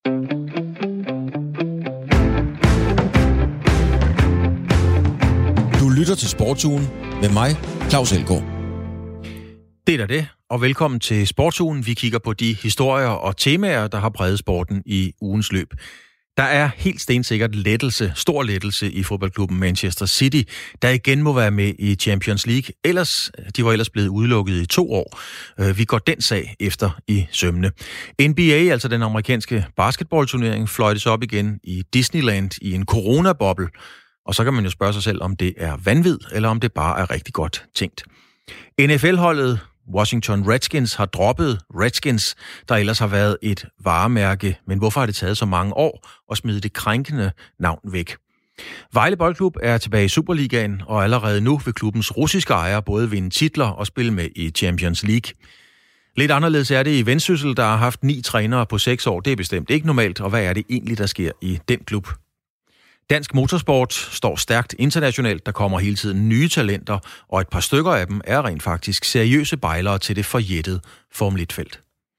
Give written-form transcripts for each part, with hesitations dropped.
Du lytter til Sportsugen med mig, Claus Elgaard. Det er da det, og velkommen til Sportsugen. Vi kigger på de historier og temaer, der har præget sporten i ugens løb. Der er helt stensikkert stor lettelse i fodboldklubben Manchester City, der igen må være med i Champions League. De var ellers blevet udelukket i 2 år. Vi går den sag efter i sømne. NBA, altså den amerikanske basketballturnering, fløjtes op igen i Disneyland i en coronaboble. Og så kan man jo spørge sig selv, om det er vanvid, eller om det bare er rigtig godt tænkt. NFL-holdet Washington Redskins har droppet Redskins, der ellers har været et varemærke. Men hvorfor har det taget så mange år at smide det krænkende navn væk? Vejle Boldklub er tilbage i Superligaen, og allerede nu vil klubbens russiske ejer både vinde titler og spille med i Champions League. Lidt anderledes er det i Vendsyssel, der har haft 9 trænere på 6 år. Det er bestemt ikke normalt, og hvad er det egentlig, der sker i den klub? Dansk motorsport står stærkt internationalt. Der kommer hele tiden nye talenter, og et par stykker af dem er rent faktisk seriøse bejlere til det forjættede Formel 1-felt.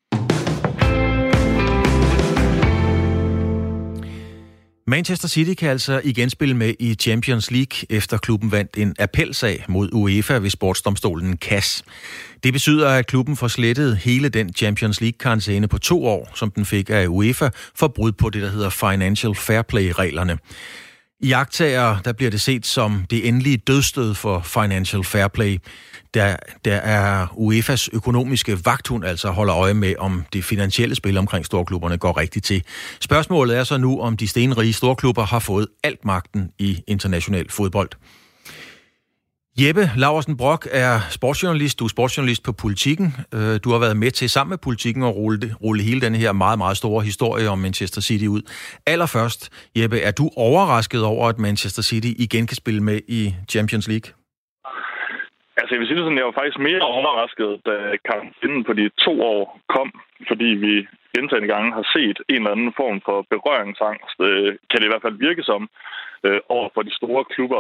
Manchester City kan altså igen spille med i Champions League, efter klubben vandt en appelsag mod UEFA ved sportsdomstolen CAS. Det betyder, at klubben får slettet hele den Champions League-karantæne på 2 år, som den fik af UEFA, for brud på det, der hedder Financial Fair Play-reglerne. I iagttagere, der bliver det set som det endelige dødsstød for Financial Fair Play. Der er UEFAs økonomiske vagthund, altså holder øje med, om det finansielle spil omkring storklubberne går rigtigt til. Spørgsmålet er så nu, om de stenrige storklubber har fået alt magten i international fodbold. Jeppe Laursen Brock er sportsjournalist. Du er sportsjournalist på Politiken. Du har været med til sammen med Politiken at rulle hele den her meget, meget store historie om Manchester City ud. Allerførst, Jeppe, er du overrasket over, at Manchester City igen kan spille med i Champions League? Altså, jeg vil sige det sådan, jeg var faktisk mere overrasket, da karantænen på de 2 år kom, fordi vi gentagne gange har set en eller anden form for berøringsangst, kan det i hvert fald virke som, over for de store klubber.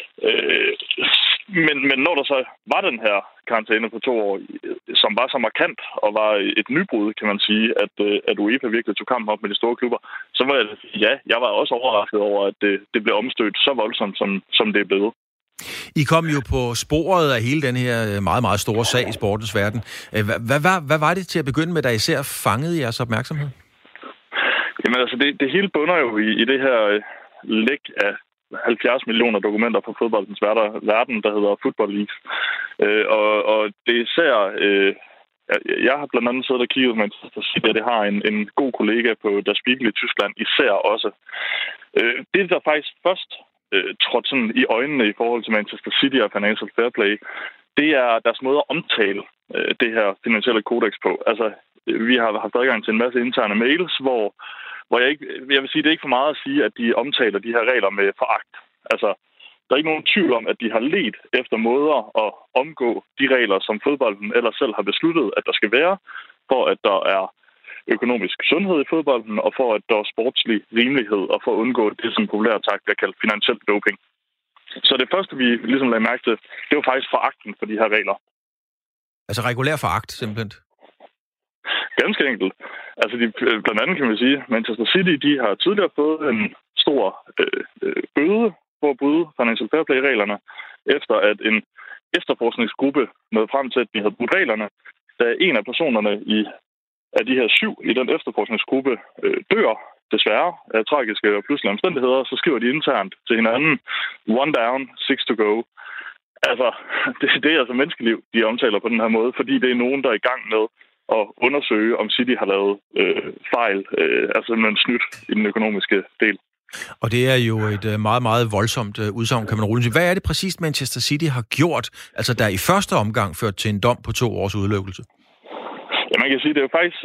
Men når der så var den her karantæne på 2 år, som var så markant og var et nybrud, kan man sige, at UEFA virkelig tog kampen op med de store klubber, så var jeg var også overrasket over, at det blev omstødt så voldsomt, som det er blevet. I kom jo på sporet af hele den her meget, meget store sag i sportens verden. Hvad var det til at begynde med, der især fangede jeres opmærksomhed? Jamen altså, det hele bunder jo i det her læk af 70 millioner dokumenter fra fodboldens verden, der hedder Football League. Og det er især... Jeg har blandt andet siddet og kigget på Manchester City, og det har en god kollega på Der Spiegel i Tyskland især også. Det, der faktisk først trådte sådan i øjnene i forhold til Manchester City og Financial Fair Play, det er deres måde at omtale det her finansielle kodex på. Altså, vi har haft adgang til en masse interne mails, hvor jeg vil sige, det er ikke for meget at sige, at de omtaler de her regler med foragt. Altså, der er ikke nogen tvivl om, at de har ledt efter måder at omgå de regler, som fodbolden ellers selv har besluttet, at der skal være, for at der er økonomisk sundhed i fodbolden, og for at der er sportslig rimelighed, og for at undgå det, som populært sagt bliver kaldt finansiel doping. Så det første, vi ligesom lagde mærke til, det var faktisk foragten for de her regler. Altså regulær foragt, simpelthen? Ganske enkelt. Altså blandt andet kan man sige, at Manchester City, de har tidligere fået en stor bøde for at bryde Financial Fair Play-reglerne, efter at en efterforskningsgruppe nåede frem til, at de havde brudt reglerne, da en af personerne af de her 7 i den efterforskningsgruppe dør, desværre, af tragiske og pludselige omstændigheder, så skriver de internt til hinanden, 1 down, 6 to go. Altså, det er altså menneskeliv, de omtaler på den her måde, fordi det er nogen, der er i gang med at undersøge, om City har lavet fejl, altså simpelthen snydt i den økonomiske del. Og det er jo et meget, meget voldsomt udsagn, kan man roligt sige. Hvad er det præcist, Manchester City har gjort, altså der i første omgang ført til en dom på 2 års udelukkelse? Ja, man kan sige, det er jo faktisk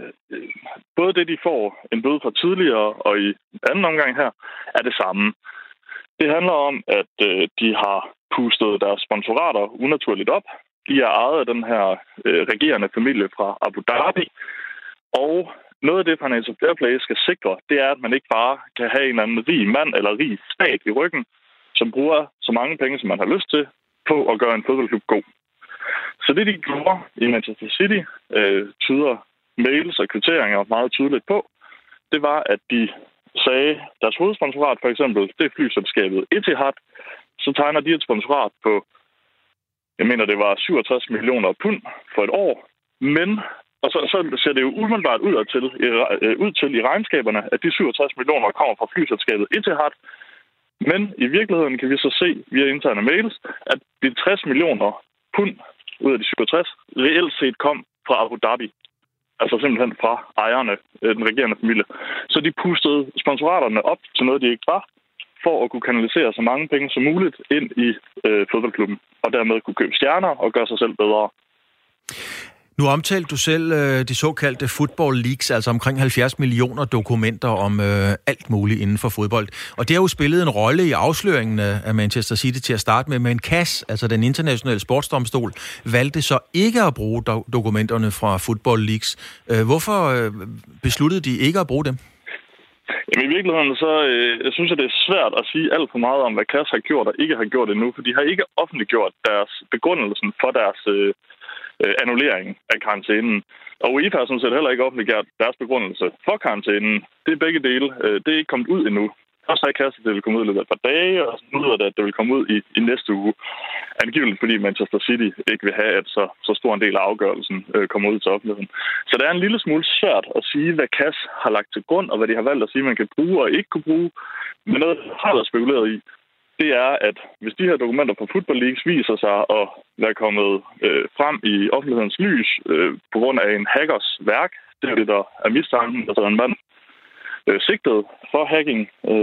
både det, de får en bøde for tidligere, og i anden omgang her, er det samme. Det handler om, at de har pustet deres sponsorater unaturligt op. De er ejet af den her regerende familie fra Abu Dhabi, og noget af det, Financial Fair Play skal sikre, det er, at man ikke bare kan have en eller anden rig mand eller rig stat i ryggen, som bruger så mange penge, som man har lyst til, på at gøre en fodboldklub god. Så det, de gjorde i Manchester City, tyder mails og kvitteringer meget tydeligt på, det var, at de sagde, deres hovedsponsorat for eksempel, det er flyselskabet Etihad, så tegner de et sponsorat på, jeg mener, det var 67 millioner pund for et år, men og så ser det jo umiddelbart ud til i regnskaberne, at de 67 millioner kommer fra flyselskabet Etihad. Men i virkeligheden kan vi så se via interne mails, at de 60 millioner pund ud af de 67 reelt set kom fra Abu Dhabi. Altså simpelthen fra ejerne, den regerende familie. Så de pustede sponsoraterne op til noget, de ikke var, for at kunne kanalisere så mange penge som muligt ind i fodboldklubben. Og dermed kunne købe stjerner og gøre sig selv bedre. Nu omtalte du selv de såkaldte football leaks, altså omkring 70 millioner dokumenter om alt muligt inden for fodbold. Og det har jo spillet en rolle i afsløringen af Manchester City til at starte med, men CAS, altså den internationale sportsdomstol, valgte så ikke at bruge dokumenterne fra football leaks. Hvorfor besluttede de ikke at bruge dem? Jamen i virkeligheden så jeg synes jeg, det er svært at sige alt for meget om, hvad CAS har gjort og ikke har gjort endnu, for de har ikke offentliggjort deres begrundelsen for deres annullering af karantænen. Og UEFA har sådan set heller ikke offentliggjort deres begrundelse for karantænen. Det er begge dele. Det er ikke kommet ud endnu. Først har CAS, at det vil komme ud i løbet af et par dage, og så lyder det, at det vil komme ud i næste uge. Angiveligt fordi Manchester City ikke vil have, at så stor en del af afgørelsen kommer ud til offentligheden. Så det er en lille smule svært at sige, hvad CAS har lagt til grund, og hvad de har valgt at sige, man kan bruge og ikke kunne bruge. Men noget, der har været spekuleret i, det er, at hvis de her dokumenter fra Football Leagues viser sig at være kommet frem i offentlighedens lys på grund af en hackers værk, det er det, der er mistanken, altså en mand sigtet for hacking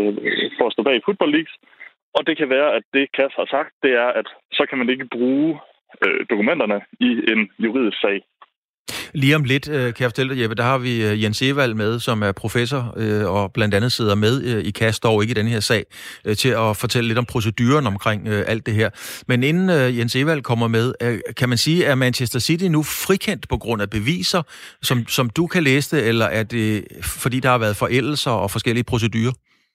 for at stå bag Football Leagues. Og det kan være, at det CAS har sagt, det er, at så kan man ikke bruge dokumenterne i en juridisk sag. Lige om lidt, kan jeg fortælle dig, Jeppe, der har vi Jens Ewald med, som er professor og blandt andet sidder med i CAS, dog ikke i denne her sag, til at fortælle lidt om proceduren omkring alt det her. Men inden Jens Ewald kommer med, kan man sige, at Manchester City nu frikendt på grund af beviser, som du kan læse det, eller er det fordi der har været forældelser og forskellige procedurer?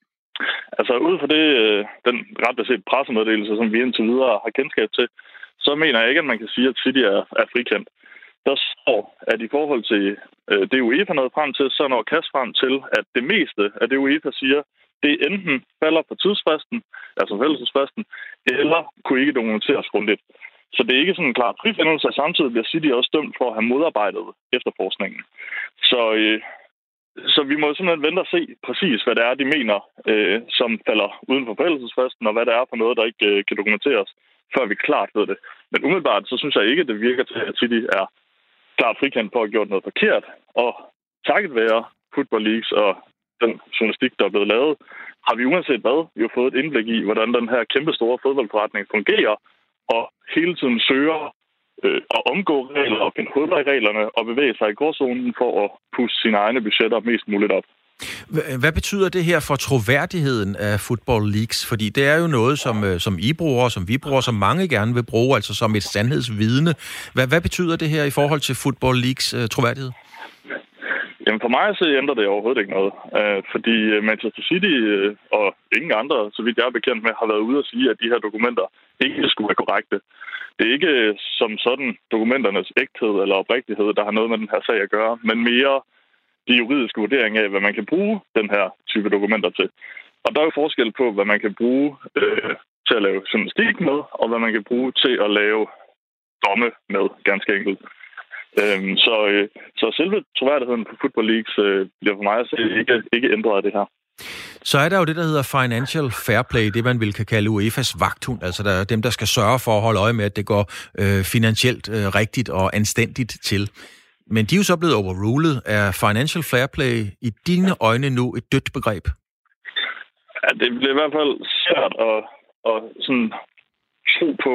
Altså ud fra den ret beset pressemeddelelse, som vi indtil videre har kendskab til, så mener jeg ikke, at man kan sige, at City er frikendt. Der står, at i forhold til det UEFA nåede frem til, så når CAS frem til, at det meste af det UEFA siger, det enten falder på tidsfristen, altså forældelsesfristen, eller kunne ikke dokumenteres grundigt. Så det er ikke sådan en klar frifindelse, og samtidig bliver City også dømt for at have modarbejdet efterforskningen. Så vi må simpelthen vente og se præcis, hvad det er, de mener, som falder uden for forældelsesfristen, og hvad det er for noget, der ikke kan dokumenteres, før vi klart ved det. Men umiddelbart, så synes jeg ikke, at det virker til, at City er klart frikendt på at have gjort noget forkert. Og takket være Football Leagues og den journalistik, der er blevet lavet, har vi uanset hvad jo fået et indblik i, hvordan den her kæmpestore fodboldforretning fungerer, og hele tiden søger at omgå regler og finde huller i reglerne og bevæge sig i gråzonen for at puste sine egne budgetter mest muligt op. Hvad betyder det her for troværdigheden af Football Leagues? Fordi det er jo noget, som I bruger, som vi bruger, som mange gerne vil bruge, altså som et sandhedsvidne. Hvad betyder det her i forhold til Football Leagues troværdighed? Jamen for mig så ændrer det overhovedet ikke noget. Fordi Manchester City og ingen andre, så vidt jeg er bekendt med, har været ude at sige, at de her dokumenter ikke skulle være korrekte. Det er ikke som sådan dokumenternes ægthed eller oprigtighed, der har noget med den her sag at gøre, men mere de juridiske vurderinger af, hvad man kan bruge den her type dokumenter til. Og der er jo forskel på, hvad man kan bruge til at lave journalistik med, og hvad man kan bruge til at lave domme med, ganske enkelt. Så selve troværdigheden på Football Leagues bliver for mig at se ikke ændret af det her. Så er der jo det, der hedder Financial Fair Play, det man vil kan kalde UEFA's vagthund, altså der er dem, der skal sørge for at holde øje med, at det går finansielt rigtigt og anstændigt til. Men de er jo så blevet overrulet. Er Financial Fair Play i dine øjne nu et dødt begreb? Ja, det bliver i hvert fald svært at sådan tro på,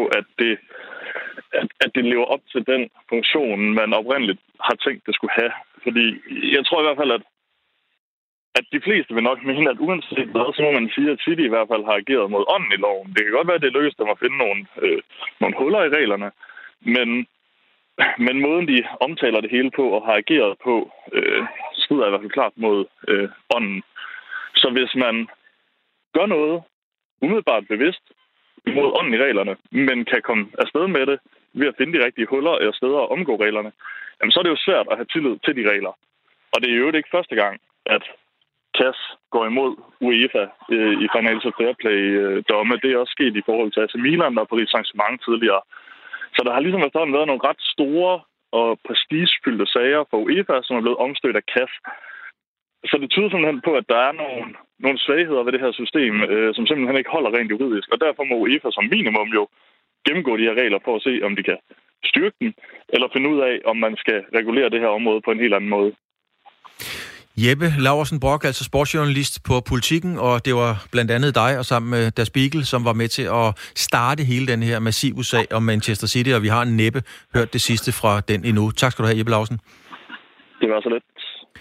at det lever op til den funktion, man oprindeligt har tænkt, det skulle have. Fordi jeg tror i hvert fald, at de fleste vil nok mene, at uanset hvad, så må man sige, at City i hvert fald har ageret mod ånden i loven. Det kan godt være, at det lykkes dem at finde nogle huller i reglerne, men måden, de omtaler det hele på og har ageret på, skrider i hvert fald klart mod ånden. Så hvis man gør noget umiddelbart bevidst mod ånden i reglerne, men kan komme afsted med det ved at finde de rigtige huller eller steder at omgå reglerne, jamen så er det jo svært at have tillid til de regler. Og det er jo ikke første gang, at CAS går imod UEFA i Financial Fair Play-domme. Det er også sket i forhold til AC Milan og Paris Saint-Germain tidligere. Så der har ligesom været nogle ret store og prestigefyldte sager for UEFA, som er blevet omstødt af CAS. Så det tyder simpelthen på, at der er nogle svagheder ved det her system, som simpelthen ikke holder rent juridisk. Og derfor må UEFA som minimum jo gennemgå de her regler for at se, om de kan styrke dem, eller finde ud af, om man skal regulere det her område på en helt anden måde. Jeppe Laursen Brock, altså sportsjournalist på Politiken, og det var blandt andet dig og sammen med Der Spiegel, som var med til at starte hele den her massive sag om Manchester City, og vi har næppe hørt det sidste fra den endnu. Tak skal du have, Jeppe Laursen. Det var så lidt.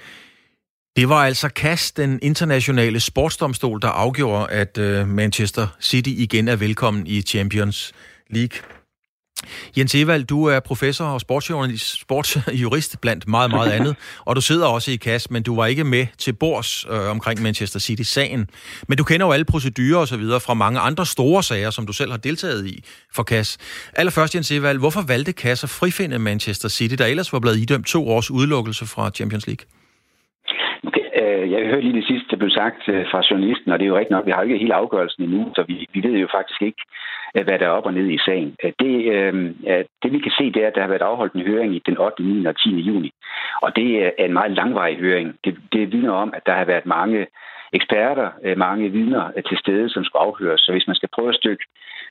Det var altså CAS, den internationale sportsdomstol, der afgjorde, at Manchester City igen er velkommen i Champions League. Jens Ewald, du er professor og sportsjurist blandt meget, meget andet, og du sidder også i CAS, men du var ikke med til bords omkring Manchester City-sagen. Men du kender jo alle procedurer og så videre fra mange andre store sager, som du selv har deltaget i for CAS. Allerførst, Jens Ewald, hvorfor valgte CAS at frifinde Manchester City, der ellers var blevet idømt 2 års udelukkelse fra Champions League? Jeg hørte lige det sidste, der blev sagt fra journalisten, og det er jo rigtigt nok, vi har ikke hele afgørelsen endnu, så vi ved jo faktisk ikke, hvad der er op og ned i sagen. Det vi kan se, det er, at der har været afholdt en høring i den 8., 9. og 10. juni, og det er en meget langvarig høring. Det vidner om, at der har været mange eksperter, mange vidner til stede, som skulle afhøres, så hvis man skal prøve at stykke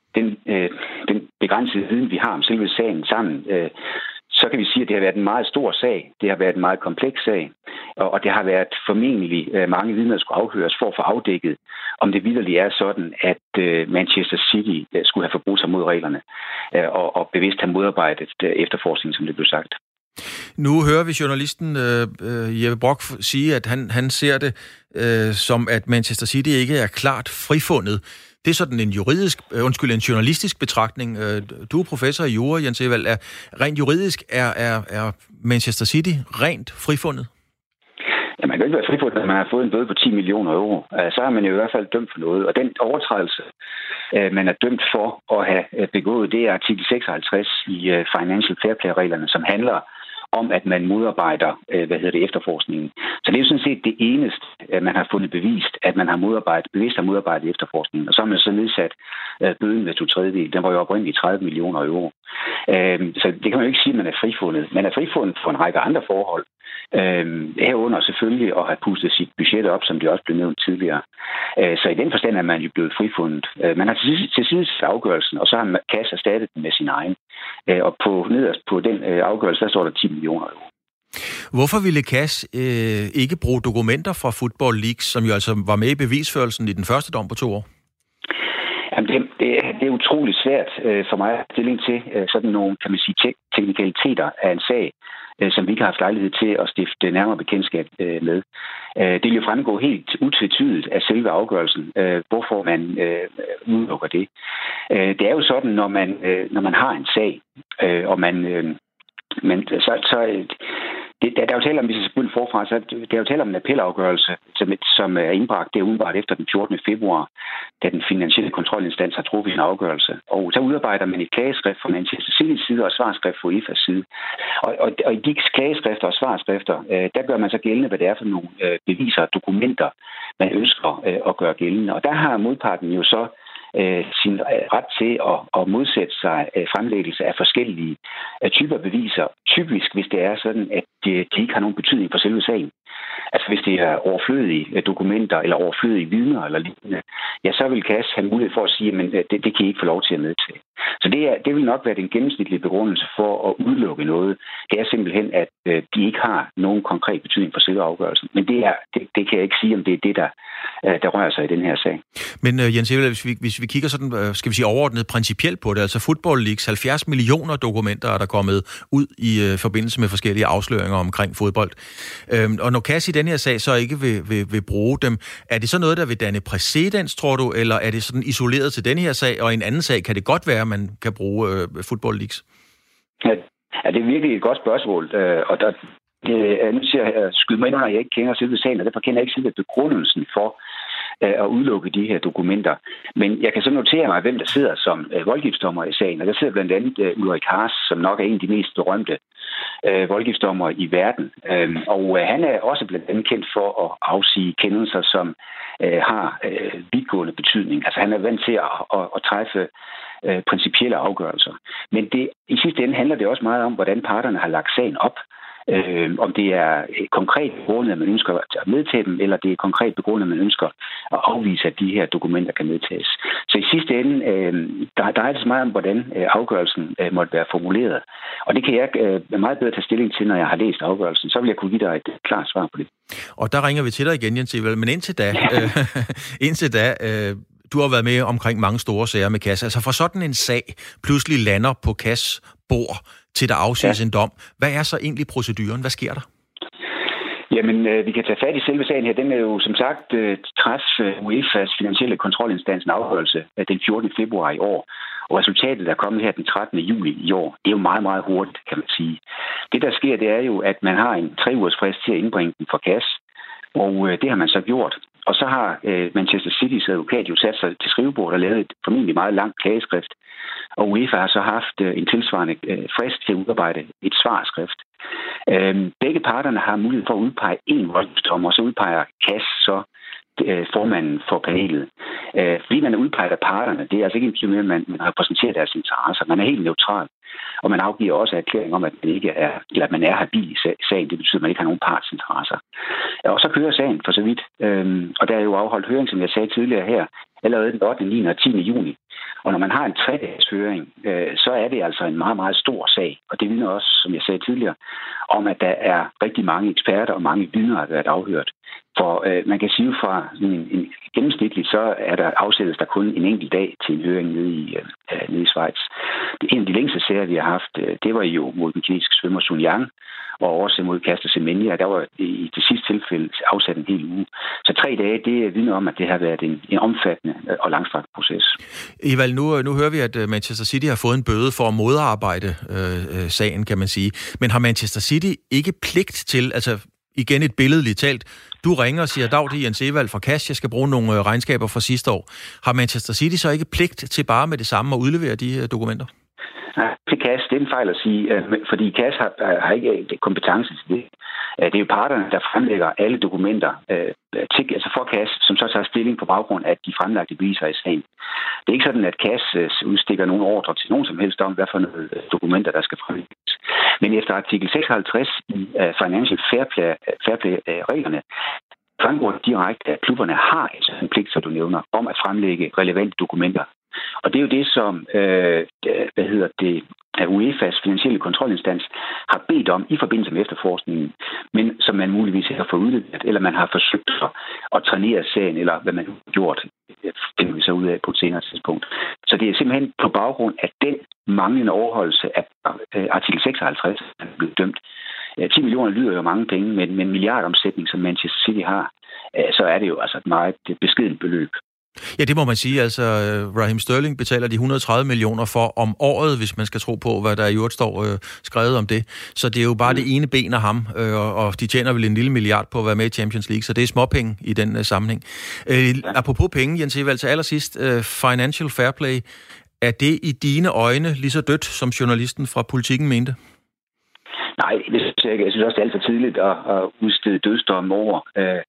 den begrænsede viden, vi har om selve sagen sammen, så kan vi sige, at det har været en meget stor sag. Det har været en meget kompleks sag. Og det har været formentlig mange vidner, der skulle afhøres for at få afdækket, om det vitterligt er sådan, at Manchester City skulle have forbrudt sig mod reglerne og bevidst have modarbejdet efterforskningen, som det blev sagt. Nu hører vi journalisten Jeppe Brock sige, at han ser det som, at Manchester City ikke er klart frifundet. Det er sådan en journalistisk betragtning. Du er professor i jura, Jens Ewald. Rent juridisk er Manchester City rent frifundet? Ja, man kan ikke være frifundet, når man har fået en bøde på 10 millioner euro. Så er man jo i hvert fald dømt for noget. Og den overtrædelse, man er dømt for at have begået, det er artikel 56 i Financial Fair Play-reglerne, som handler om, at man modarbejder efterforskningen. Så det er jo sådan set det eneste, man har fundet bevist, at man har bevidst har modarbejdet efterforskningen. Og så har man så nedsat bøden med 2/3. Den var jo oprindeligt 30 millioner euro. Så det kan man jo ikke sige, at man er frifundet. Man er frifundet for en række andre forhold. Herunder selvfølgelig at have pustet sit budget op, som det også blev nævnt tidligere. Så i den forstand er man jo blevet frifundet. Man har til sidst afgørelsen, og så har CAS erstattet den med sin egen. Og nederst på den afgørelse, der står der 10 millioner euro. Hvorfor ville CAS ikke bruge dokumenter fra Football League, som jo altså var med i bevisførelsen i den første dom på 2 år? Jamen, det er utroligt svært for mig at stille til sådan nogle, kan man sige, teknikaliteter af en sag, som vi ikke har haft lejlighed til at stifte nærmere bekendtskab med. Det vil jo fremgå helt utvetydigt af selve afgørelsen, hvorfor man udelukker det. Det er jo sådan, når man har en sag, og der er jo tale om, hvis jeg skal begynde forfra, så der er jo tale om en appelafgørelse, som er indbragt der umiddelbart efter den 14. februar, da den finansielle kontrolinstans har truffet en afgørelse. Og så udarbejder man et klageskrift fra Manchester City's side og et svarskrift fra UEFA's side. Og i de klageskrifter og svarskrifter, der gør man så gældende, hvad det er for nogle beviser og dokumenter, man ønsker at gøre gældende. Og der har modparten jo så sin ret til at modsætte sig fremlæggelse af forskellige typer beviser, typisk hvis det er sådan, at de ikke har nogen betydning for selve sagen. Altså hvis det er overflødige dokumenter eller overflødige vidner eller lignende, ja, så vil CAS have mulighed for at sige, at det kan I ikke få lov til at medtage. Så det vil nok være den gennemsnitlige begrundelse for at udelukke noget. Det er simpelthen, at de ikke har nogen konkret betydning for selve afgørelsen. Men det kan jeg ikke sige, om det er det, der rører sig i den her sag. Men Jens Ewald, hvis vi kigger sådan, skal vi sige overordnet principielt på det, altså Football Leagues 70 millioner dokumenter er der kommet ud i forbindelse med forskellige afsløringer omkring fodbold. Og når CAS i den her sag så ikke vil bruge dem, er det så noget, der vil danne præcedens, tror du, eller er det sådan isoleret til den her sag, og i en anden sag kan det godt være, at man kan bruge Football Leagues? Ja, det er virkelig et godt spørgsmål, og der er nødt til at skyde mig ind, når jeg ikke kender selve sagen, og derfor kender jeg ikke selve begrundelsen for, at udelukke de her dokumenter. Men jeg kan så notere mig, hvem der sidder som voldgiftsdommer i sagen, og der sidder blandt andet Ulrik Haas, som nok er en af de mest berømte voldgiftsdommer i verden. Og han er også blandt andet kendt for at afsige kendelser, som har vidtgående betydning. Altså han er vant til at træffe principielle afgørelser. Men i sidste ende handler det også meget om, hvordan parterne har lagt sagen op. Om det er konkret begrundet, at man ønsker at medtage dem, eller det er konkret begrundet, at man ønsker at afvise, at de her dokumenter kan medtages. Så i sidste ende, der er altså meget om, hvordan afgørelsen måtte være formuleret. Og det kan jeg meget bedre tage stilling til, når jeg har læst afgørelsen. Så vil jeg kunne give dig et klart svar på det. Og der ringer vi til dig igen, Jens Ewald. Men indtil da, du har været med omkring mange store sager med KAS. Altså for sådan en sag pludselig lander på KAS' bord, til der afsiges en dom. Hvad er så egentlig proceduren? Hvad sker der? Jamen, vi kan tage fat i selve sagen her. Den er jo, som sagt, træf UEFA's finansielle kontrolinstans en afgørelse den 14. februar i år. Og resultatet, der er kommet her den 13. juli i år, det er jo meget, meget hurtigt, kan man sige. Det, der sker, det er jo, at man har en 3-ugers frist til at indbringe den for KAS. Og det har man så gjort. Og så har Manchester Citys advokat jo sat sig til skrivebordet og lavet et formentlig meget langt klageskrift. Og UEFA har så haft en tilsvarende frist til at udarbejde et svarskrift. Begge parterne har mulighed for at udpege én voldgiftsdommer, og så udpeger KAS så formanden for panelet. Fordi man er udpeget af parterne, det er altså ikke en med, at man repræsenterer deres interesser. Man er helt neutral. Og man afgiver også erklæring om, at man ikke er, eller at man er habil i sagen. Det betyder, at man ikke har nogen partsinteresser. Og så kører sagen for så vidt. Og der er jo afholdt høring, som jeg sagde tidligere her, allerede den 8., 9. og 10. juni. Og når man har en 3-dages høring, så er det altså en meget, meget stor sag. Og det vidner også, som jeg sagde tidligere, om at der er rigtig mange eksperter og mange vidner, der har været afhørt. For man kan sige fra en gennemsnitligt, så afsættes der kun en enkelt dag til en høring nede i Schweiz. En af de længste sager, vi har haft, det var jo mod den kinesiske svømmer Sun Yang, og også mod Caster Semenya. Der var i det sidste tilfælde afsat en hel uge. Så 3 dage, det vidner om, at det har været en omfattende og langstrakt proces. Ewald, nu hører vi, at Manchester City har fået en bøde for at modarbejde sagen, kan man sige. Men har Manchester City ikke pligt til, altså igen et billedligt talt, du ringer og siger, dag, det er Jens Ewald fra KAS, jeg skal bruge nogle regnskaber fra sidste år. Har Manchester City så ikke pligt til bare med det samme at udlevere de dokumenter? Nej, til KAS, det er en fejl at sige, fordi KAS har ikke kompetence til det. Det er jo parterne, der fremlægger alle dokumenter altså for KAS, som så tager stilling på baggrund af de fremlagte beviser i sagen. Det er ikke sådan, at KAS udstikker nogle ordre til nogen som helst om, hvad for nogle dokumenter, der skal fremlægges. Men efter artikel 56 i Financial Fair Play-reglerne, fremgår det direkte, at klubberne har en pligt, som du nævner, om at fremlægge relevante dokumenter. Og det er jo det, som UEFA's finansielle kontrolinstans har bedt om i forbindelse med efterforskningen, men som man muligvis har fået udleveret, eller man har forsøgt at trænere sagen, eller hvad man har gjort, finder vi så ud af på et senere tidspunkt. Så det er simpelthen på baggrund af den manglende overholdelse af artikel 56, der er blevet dømt. 10 millioner lyder jo mange penge, men med en milliardomsætning, som Manchester City har, så er det jo altså et meget beskedent beløb. Ja, det må man sige. Altså, Raheem Sterling betaler de 130 millioner for om året, hvis man skal tro på, hvad der i øvrigt står skrevet om det. Så det er jo bare det ene ben af ham, og de tjener vel en lille milliard på at være med i Champions League, så det er småpenge i den sammenhæng. Apropos penge, Jens Ewald, til allersidst, Financial Fair Play, er det i dine øjne lige så dødt, som journalisten fra Politikken mente? Nej, det synes jeg ikke. Jeg synes også, det er alt for tidligt at udstede dødsdomme over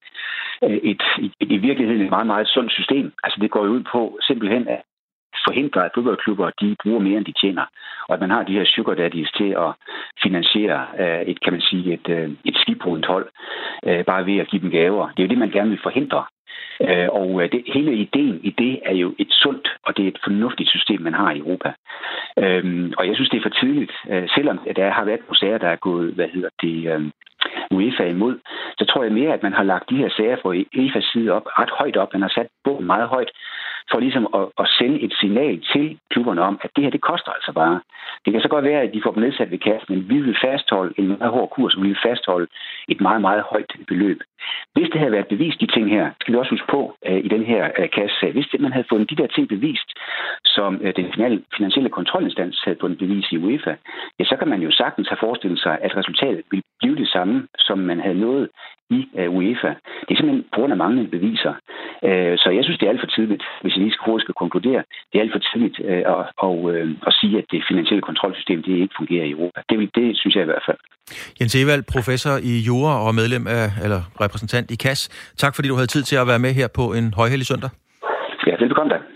i virkeligheden et meget, meget sundt system. Altså det går jo ud på simpelthen at forhindre, at fodboldklubber de bruger mere, end de tjener. Og at man har de her sugar daddies til at finansiere et skibbrudent hold, bare ved at give dem gaver. Det er jo det, man gerne vil forhindre. Og hele ideen i det er jo et sundt, og det er et fornuftigt system, man har i Europa. Og jeg synes, det er for tidligt, selvom der har været museer, der er gået, UEFA imod, så tror jeg mere, at man har lagt de her sager fra UEFA's side op, ret højt op. Man har sat båden meget højt, for ligesom at sende et signal til klubberne om, at det her, det koster altså bare. Det kan så godt være, at de får dem nedsat ved KAS, men vi vil fastholde en meget hård kurs, og vi vil fastholde et meget, meget højt beløb. Hvis det havde været bevist, de ting her, skal vi også huske på i den her KAS-sag, hvis man havde fundet de der ting bevist, som den finansielle kontrolinstans havde fundet bevis i UEFA, ja, så kan man jo sagtens have forestillet sig, at resultatet ville blive det samme, som man havde nået i UEFA. Det er simpelthen på grund af manglende beviser. Så jeg synes, det er alt for tidligt, hvis jeg lige skal konkludere, det er alt for tidligt at sige, at det finansielle kontrolsystem det ikke fungerer i Europa. Det synes jeg i hvert fald. Jens Ewald, professor i jura og medlem af, eller repræsentant i KAS. Tak fordi du havde tid til at være med her på en højhellig søndag. Ja, velbekomme da.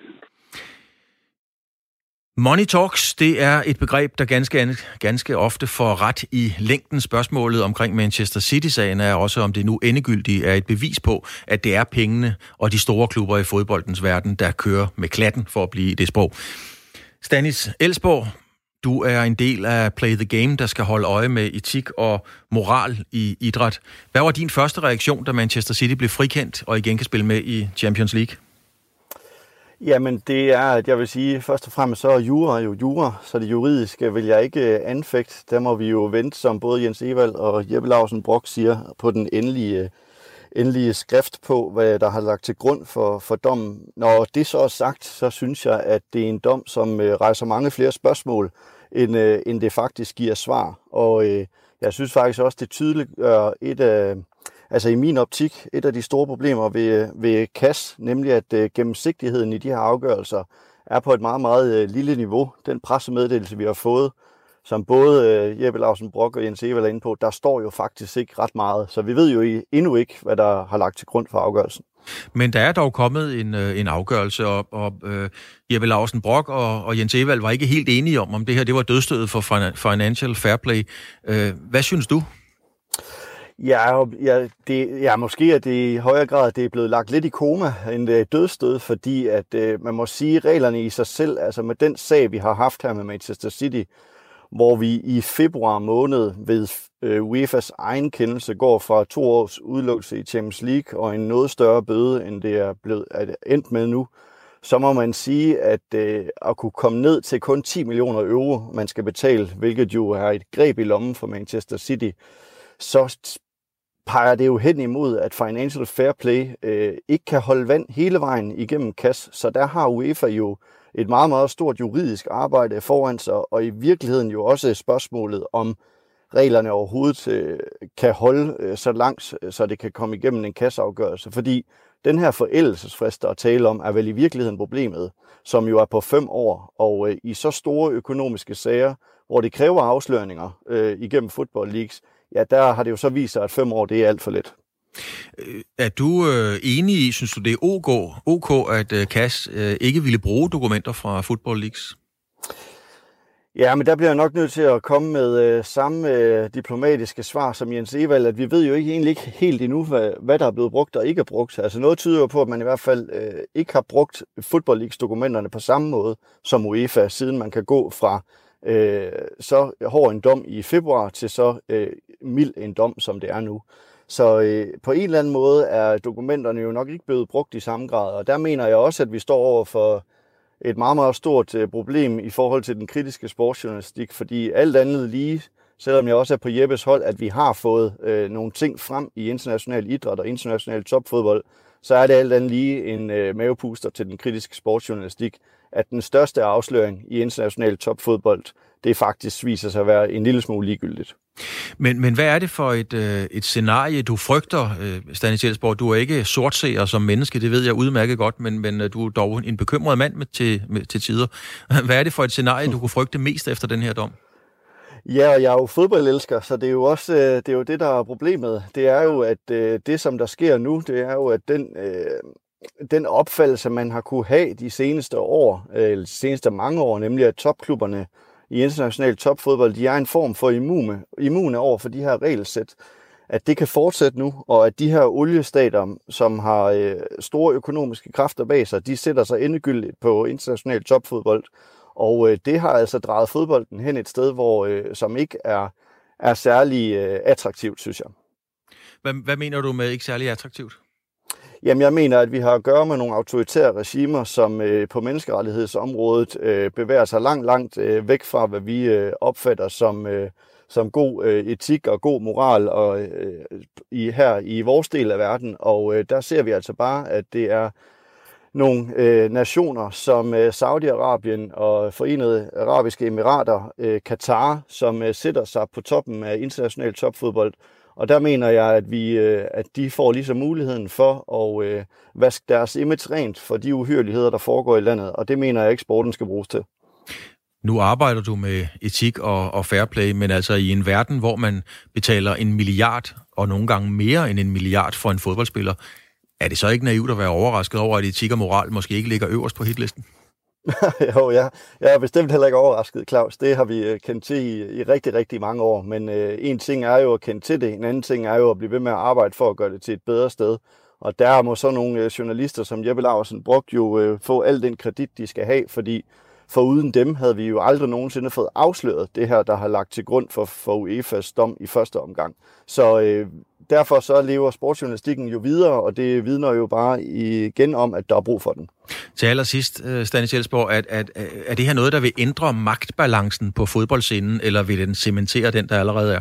Money talks, det er et begreb, der ganske ofte får ret i længden. Spørgsmålet omkring Manchester City-sagen er også, om det nu endegyldigt er et bevis på, at det er pengene og de store klubber i fodboldens verden, der kører med klatten, for at blive i det sprog. Stanis Elsborg, du er en del af Play the Game, der skal holde øje med etik og moral i idræt. Hvad var din første reaktion, da Manchester City blev frikendt og igen kan spille med i Champions League? Jamen det er, at jeg vil sige, først og fremmest så er jura jo jura, så det juridiske vil jeg ikke anfægte. Der må vi jo vente, som både Jens Ewald og Jeppe Lausen Brock siger, på den endelige skrift på, hvad der har lagt til grund for dommen. Når det så er sagt, så synes jeg, at det er en dom, som rejser mange flere spørgsmål, end det faktisk giver svar. Og jeg synes faktisk også, det tydeliggør altså i min optik, et af de store problemer ved KAS, nemlig at gennemsigtigheden i de her afgørelser er på et meget, meget lille niveau. Den pressemeddelelse, vi har fået, som både Jeppe Lausen Brock og Jens Ewald er inde på, der står jo faktisk ikke ret meget. Så vi ved jo endnu ikke, hvad der har lagt til grund for afgørelsen. Men der er dog kommet en afgørelse, og Jeppe Lausen Brock og Jens Ewald var ikke helt enige om det her. Det var dødsstødet for Financial Fair Play. Hvad synes du? Ja, måske er det i højere grad, det er blevet lagt lidt i koma end dødsstød, fordi at man må sige, reglerne i sig selv, altså med den sag, vi har haft her med Manchester City, hvor vi i februar måned ved UEFA's egen kendelse går fra 2 års udelukkelse i Champions League og en noget større bøde, end det er blevet endt med nu, så må man sige, at at kunne komme ned til kun 10 millioner euro, man skal betale, hvilket jo er et greb i lommen for Manchester City, så peger det jo hen imod, at Financial Fair Play ikke kan holde vand hele vejen igennem KAS. Så der har UEFA jo et meget, meget stort juridisk arbejde foran sig, og i virkeligheden jo også spørgsmålet om reglerne overhovedet kan holde så langt, så det kan komme igennem en KAS-afgørelse. Fordi den her forældelsesfrist, der er tale om, er vel i virkeligheden problemet, som jo er på 5 år. Og i så store økonomiske sager, hvor det kræver afsløringer igennem Football Leagues, ja, der har det jo så vist sig, at 5 år, det er alt for lidt. Er du enig i, synes du, det er ok at KAS ikke ville bruge dokumenter fra Football Leagues? Ja, men der bliver jeg nok nødt til at komme med samme diplomatiske svar som Jens Ewald, at vi ved jo egentlig ikke helt endnu, hvad der er blevet brugt og ikke er brugt. Altså noget tyder jo på, at man i hvert fald ikke har brugt Football Leagues dokumenterne på samme måde som UEFA, siden man kan gå fra så hård en dom i februar til så mild en dom, som det er nu. Så på en eller anden måde er dokumenterne jo nok ikke blevet brugt i samme grad, og der mener jeg også, at vi står over for et meget, meget stort problem i forhold til den kritiske sportsjournalistik, fordi alt andet lige, selvom jeg også er på Jeppes hold, at vi har fået nogle ting frem i international idræt og international topfodbold, så er det alt andet lige en mavepuster til den kritiske sportsjournalistik, at den største afsløring i international topfodbold, det faktisk viser sig at være en lille smule ligegyldigt. Men hvad er det for et scenarie, du frygter, Stanis Elsborg? Du er ikke sortseer som menneske, det ved jeg udmærket godt, men du er dog en bekymret mand til tider. Hvad er det for et scenarie, du kunne frygte mest efter den her dom? Ja, og jeg er jo fodboldelsker, så det er jo også det, er jo det, der er problemet. Det er jo, at det, som der sker nu, det er jo, at den opfattelse, man har kunne have de seneste år, eller de seneste mange år, nemlig at topklubberne i international topfodbold, de er en form for immune over for de her regelsæt, at det kan fortsætte nu, og at de her oliestater, som har store økonomiske kræfter bag sig, de sætter sig endegyldigt på international topfodbold, og det har altså drejet fodbolden hen et sted, som ikke er særlig attraktivt, synes jeg. Hvad mener du med ikke særlig attraktivt? Jamen, jeg mener, at vi har at gøre med nogle autoritære regimer, som på menneskerettighedsområdet bevæger sig langt væk fra, hvad vi opfatter som god etik og god moral og her i vores del af verden. Og der ser vi altså bare, at det er nogle nationer som Saudi-Arabien og Forenede Arabiske Emirater, Katar, som sætter sig på toppen af international topfodbold Og der mener jeg, at de får ligesom muligheden for at vaske deres image rent for de uhyreligheder, der foregår i landet, og det mener jeg ikke, sporten skal bruges til. Nu arbejder du med etik og fair play, men altså i en verden, hvor man betaler 1 milliard, og nogle gange mere end 1 milliard for en fodboldspiller, er det så ikke naivt at være overrasket over, at etik og moral måske ikke ligger øverst på hitlisten? Jo, jeg er bestemt heller ikke overrasket, Claus. Det har vi kendt til i rigtig, rigtig mange år. Men en ting er jo at kende til det, en anden ting er jo at blive ved med at arbejde for at gøre det til et bedre sted. Og der må så nogle journalister som Jeppe Laursen Brugt jo få al den kredit, de skal have, fordi foruden dem havde vi jo aldrig nogensinde fået afsløret det her, der har lagt til grund for UEFA's dom i første omgang. Så derfor så lever sportsjournalistikken jo videre, og det vidner jo bare igen om, at der er brug for den. Til allersidst, Stanis Elsborg, er det her noget, der vil ændre magtbalancen på fodboldscenen, eller vil den cementere den, der allerede er?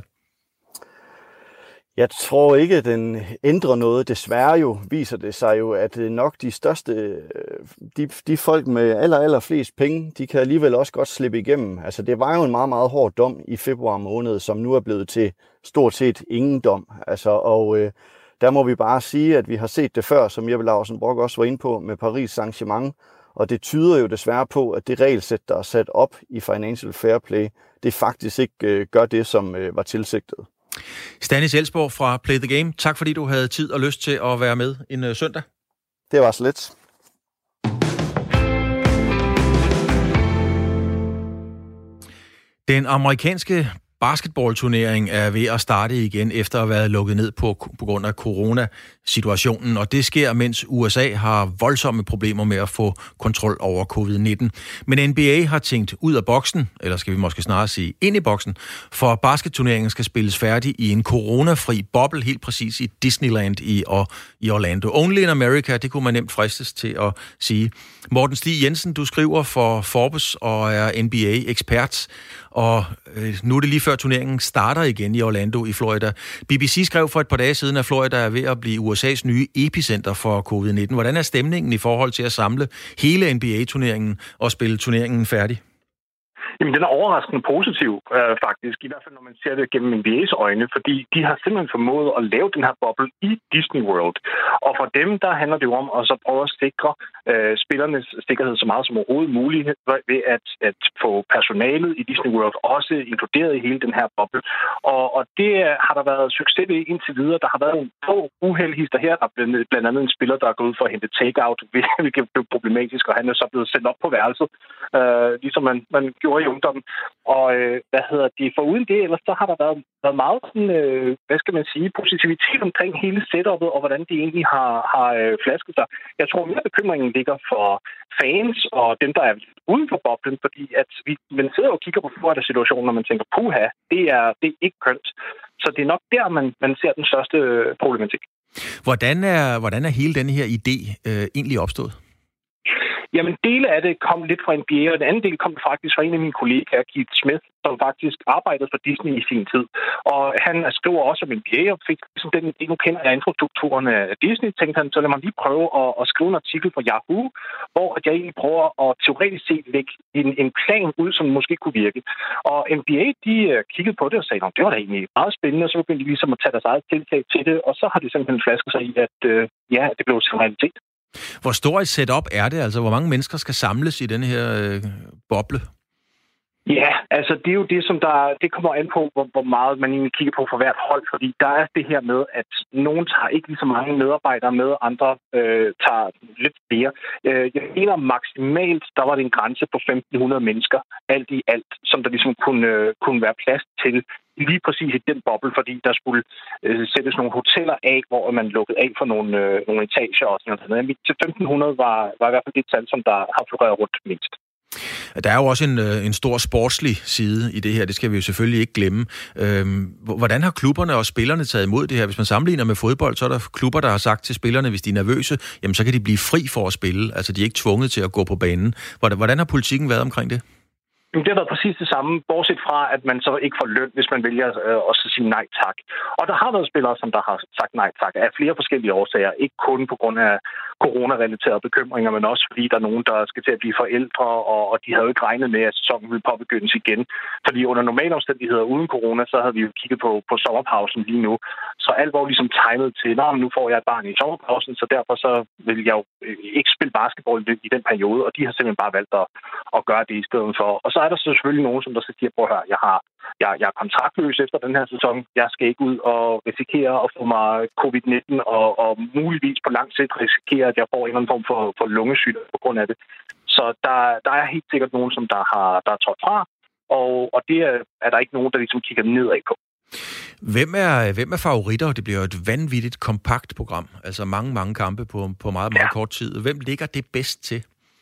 Jeg tror ikke, at den ændrer noget. Desværre jo viser det sig jo, at nok de største, de folk med aller flest penge, de kan alligevel også godt slippe igennem. Altså det var jo en meget, meget hård dom i februar måned, som nu er blevet til stort set ingen dom. Altså, og der må vi bare sige, at vi har set det før, som Jeppe Laursen Brock også var inde på, med Paris Saint-Germain. Og det tyder jo desværre på, at det regelsæt, der er sat op i Financial Fair Play, det faktisk ikke gør det, som var tilsigtet. Stanis Elsborg fra Play the Game. Tak fordi du havde tid og lyst til at være med en søndag. Det var så lidt. Den amerikanske basketballturnering er ved at starte igen efter at have været lukket ned på grund af coronasituationen, og det sker, mens USA har voldsomme problemer med at få kontrol over covid-19. Men NBA har tænkt ud af boksen, eller skal vi måske snarere sige ind i boksen, for basketturneringen skal spilles færdig i en coronafri boble, helt præcis i Disneyland i Orlando. Only in America, det kunne man nemt fristes til at sige. Morten Stig Jensen, du skriver for Forbes og er NBA-ekspert, og nu er det lige før turneringen starter igen i Orlando i Florida. BBC skrev for et par dage siden, at Florida er ved at blive USA's nye epicenter for covid-19. Hvordan er stemningen i forhold til at samle hele NBA-turneringen og spille turneringen færdig? Jamen, den er overraskende positiv, faktisk. I hvert fald, når man ser det gennem NBA's øjne, fordi de har simpelthen formået at lave den her boble i Disney World. Og for dem, der handler det jo om at så prøve at sikre spillernes sikkerhed så meget som overhovedet muligt ved at få personalet i Disney World også inkluderet i hele den her boble. Og det har der været succes ved indtil videre. Der har været en få uheldigheder her. Der er blandt andet en spiller, der er gået ud for at hente takeout, hvilket blev problematisk, og han er så blevet sendt op på værelset, ligesom man gjorde i ungdommen. Og foruden det, ellers så har der været meget sådan, positivitet omkring hele setupet, og hvordan de egentlig har flasket sig. Jeg tror mere bekymringen ligger for fans og dem, der er uden for boblen, fordi at man sidder og kigger på situationen, når man tænker, puha, det er ikke kønt. Så det er nok der, man ser den største problematik. Hvordan er hele denne her idé egentlig opstået? Jamen, dele af det kom lidt fra NBA, og den anden del kom faktisk fra en af mine kollegaer, Keith Smith, som faktisk arbejdede for Disney i sin tid. Og han skriver også om NBA, og fik sådan den idé, nu kender jeg infrastrukturen af Disney, tænkte han, så lad mig lige prøve at skrive en artikel for Yahoo, hvor jeg egentlig prøver at teoretisk set lægge en plan ud, som måske kunne virke. Og NBA, de kiggede på det og sagde, det var da egentlig meget spændende, og så begyndte de ligesom at tage deres eget tiltag til det, og så har de simpelthen flasket sig i, at det blev til realitet. Hvor stor et setup er det? Altså, hvor mange mennesker skal samles i denne her boble? Ja, altså det er jo det, som det kommer an på, hvor meget man egentlig kigger på for hvert hold, fordi der er det her med, at nogen tager ikke lige så mange medarbejdere med, andre tager lidt flere. Jeg mener maksimalt, der var det en grænse på 1.500 mennesker, alt i alt, som der ligesom kunne være plads til lige præcis i den boble, fordi der skulle sættes nogle hoteller af, hvor man lukkede af for nogle etager og sådan noget. Men til 1.500 var i hvert fald det tal, som der har floreret rundt mindst. Der er jo også en stor sportslig side i det her, det skal vi jo selvfølgelig ikke glemme. Hvordan har klubberne og spillerne taget imod det her? Hvis man sammenligner med fodbold, så er der klubber, der har sagt til spillerne, hvis de er nervøse, jamen så kan de blive fri for at spille. Altså de er ikke tvunget til at gå på banen. Hvordan har politikken været omkring det? Det har været præcis det samme, bortset fra, at man så ikke får løn, hvis man vælger at sige nej tak. Og der har været spillere, som der har sagt nej tak af flere forskellige årsager. Ikke kun på grund af coronarelaterede bekymringer, men også fordi der er nogen, der skal til at blive forældre, og de havde jo ikke regnet med, at sæsonen ville påbegyndes igen. Fordi under normale omstændigheder uden corona, så havde vi jo kigget på sommerpausen lige nu. Så alt var ligesom tegnet til, nu får jeg et barn i sommerpausen, så derfor så vil jeg jo ikke spille basketball i den periode, og de har simpelthen bare valgt at gøre det i stedet for. Og så er der selvfølgelig nogen, som der siger, prøv at høre, jeg er kontraktløs efter den her sæson. Jeg skal ikke ud og risikere at få mig covid-19 og muligvis på lang sigt risikere, at jeg får en eller anden form for lungesygdom på grund af det. Så der er helt sikkert nogen, som der er trådt fra, og det er der ikke nogen, der ligesom kigger nedad på. Hvem er favoritter? Det bliver jo et vanvittigt kompakt program. Altså mange kampe på meget kort tid. Hvem ligger det bedst til?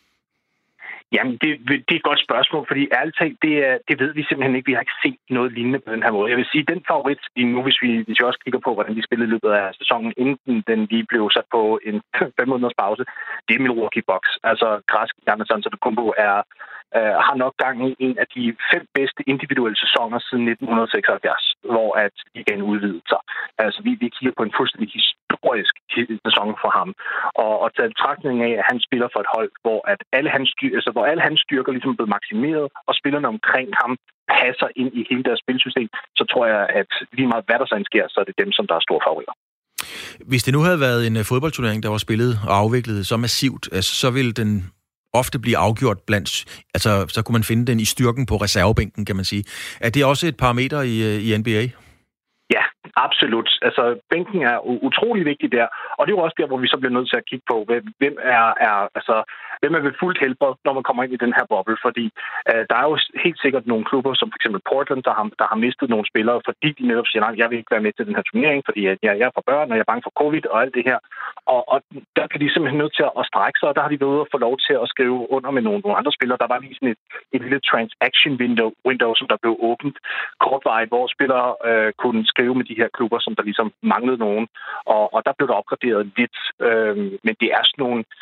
Jamen, det er et godt spørgsmål, fordi ærligt talt, det ved vi simpelthen ikke. Vi har ikke set noget lignende på den her måde. Jeg vil sige, den favorit nu, hvis vi også kigger på, hvordan de spillede i løbet af sæsonen, inden den lige blev sat på en 5 måneders pause, det er Milwaukee Bucks. Altså, græsk Giannis Antetokounmpo har nok gang i en af de 5 bedste individuelle sæsoner siden 1976, hvor at igen udvidede sig. Altså, vi kigger på en fuldstændig historisk sæson for ham. Og taget betragtning af, at han spiller for et hold, hvor at alle hans styrker ligesom er blevet maksimeret, og spillerne omkring ham passer ind i hele deres spilsystem, så tror jeg, at lige meget hvad der så sker, så er det dem, som der er store favoritter. Hvis det nu havde været en fodboldturnering, der var spillet og afviklet så massivt, altså, så ville den ofte blive afgjort blandt... Altså, så kunne man finde den i styrken på reservebænken, kan man sige. Er det også et parameter i NBA? Ja, absolut. Altså, bænken er utrolig vigtig der, og det er jo også der, hvor vi så bliver nødt til at kigge på, hvem er ved fuldt helbred, når man kommer ind i den her boble, fordi der er jo helt sikkert nogle klubber, som f.eks. Portland, der har mistet nogle spillere, fordi de netop siger, nej, jeg vil ikke være med til den her turnering, fordi jeg er for børn, og jeg er bange for covid og alt det her. Og der kan de simpelthen nødt til at strække sig, og der har de været ude at få lov til at skrive under med nogle andre spillere. Der var lige sådan et lille transaction window, som der blev åbent kortvarigt, hvor spillere kunne skrive med de her klubber, som der ligesom manglede nogen, og der blev der opgraderet lidt, men det er sådan nogle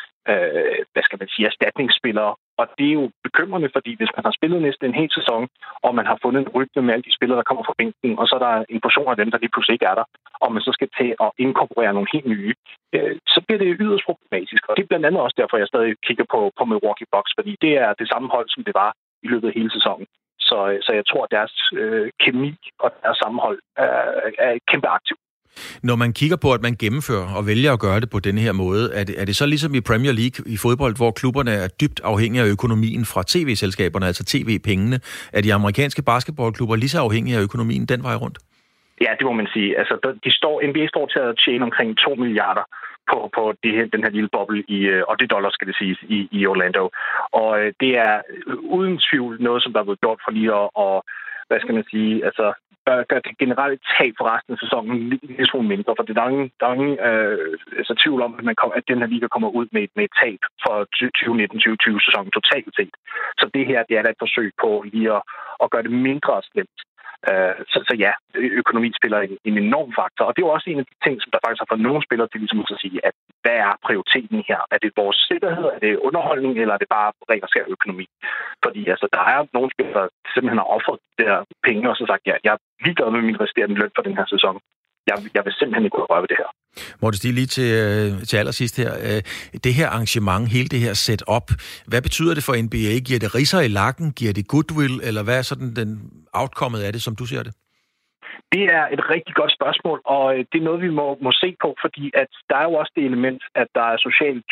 erstatningsspillere, og det er jo bekymrende, fordi hvis man har spillet næsten en hel sæson, og man har fundet en rytme med alle de spillere, der kommer fra bænken, og så er der en portion af dem, der lige pludselig ikke er der, og man så skal til at inkorporere nogle helt nye, så bliver det yderst problematisk, og det er blandt andet også derfor, jeg stadig kigger på Milwaukee Bucks, fordi det er det samme hold, som det var i løbet af hele sæsonen. Så jeg tror, at deres kemi og deres sammenhold er kæmpe aktiv. Når man kigger på, at man gennemfører og vælger at gøre det på denne her måde, er det så ligesom i Premier League i fodbold, hvor klubberne er dybt afhængige af økonomien fra tv-selskaberne, altså tv-pengene? Er de amerikanske basketballklubber lige så afhængige af økonomien den vej rundt? Ja, det må man sige. Altså, NBA står til at tjene omkring 2 milliarder på den her lille boble og det dollar, skal det siges, i Orlando. Og det er uden tvivl noget, som der er blevet gjort for lige at hvad skal man sige, altså gør det generelt tab for resten af sæsonen lidt mindre, for der er ingen tvivl om, at den her liga kommer ud med et tab for 2019-2020 sæsonen totalt set. Så det her, det er da et forsøg på lige at gøre det mindre slemt. Så ja, økonomi spiller en enorm faktor, og det er jo også en af de ting, som der faktisk har fået nogle spillere til ligesom at sige, at hvad er prioriteten her? Er det vores sikkerhed, er det underholdning, eller er det bare ren og skær økonomi? Fordi altså, der er nogle spillere, der simpelthen har offret der penge, og så sagt, ja, jeg er ligeglad med min resterende løn for den her sæson. Jeg vil simpelthen ikke gå og røre ved det her. Morten Stig, lige til allersidst her. Det her arrangement, hele det her setup, hvad betyder det for NBA? Giver det ridser i lakken? Giver det goodwill? Eller hvad er sådan den outcomet af det, som du ser det? Det er et rigtig godt spørgsmål, og det er noget, vi må se på, fordi at der er jo også det element, at der er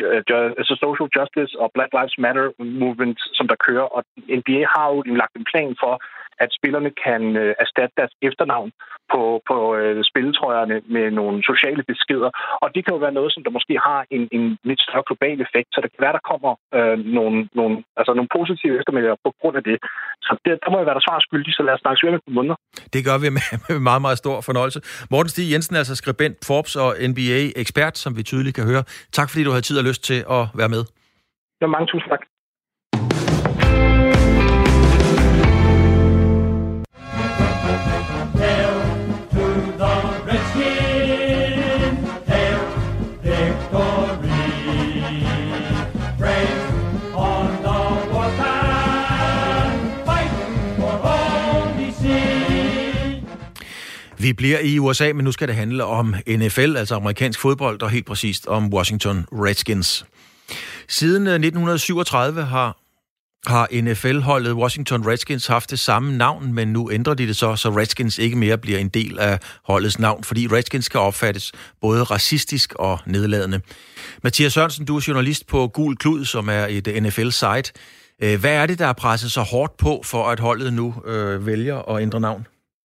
social justice og Black Lives Matter movement, som der kører, og NBA har jo lagt en plan for, at spillerne kan erstatte deres efternavn på spilletrøjerne med nogle sociale beskeder, og det kan jo være noget, som der måske har en lidt større global effekt, så det kan være, der kommer nogle positive eftermiddager på grund af det. Så der må jo være der svar skyldig, så lad os snakke sværme på måneder. Det gør vi med meget, meget stor fornøjelse. Morten Stig Jensen, altså skribent, Forbes og NBA-ekspert, som vi tydeligt kan høre. Tak fordi du havde tid og lyst til at være med. Ja, mange tusind tak. Vi bliver i USA, men nu skal det handle om NFL, altså amerikansk fodbold, og helt præcist om Washington Redskins. Siden 1937 har NFL-holdet Washington Redskins haft det samme navn, men nu ændrer de det så Redskins ikke mere bliver en del af holdets navn, fordi Redskins skal opfattes både racistisk og nedladende. Mathias Sørensen, du er journalist på Gul Klud, som er et NFL-site. Hvad er det, der er presset så hårdt på, for at holdet nu vælger at ændre navn?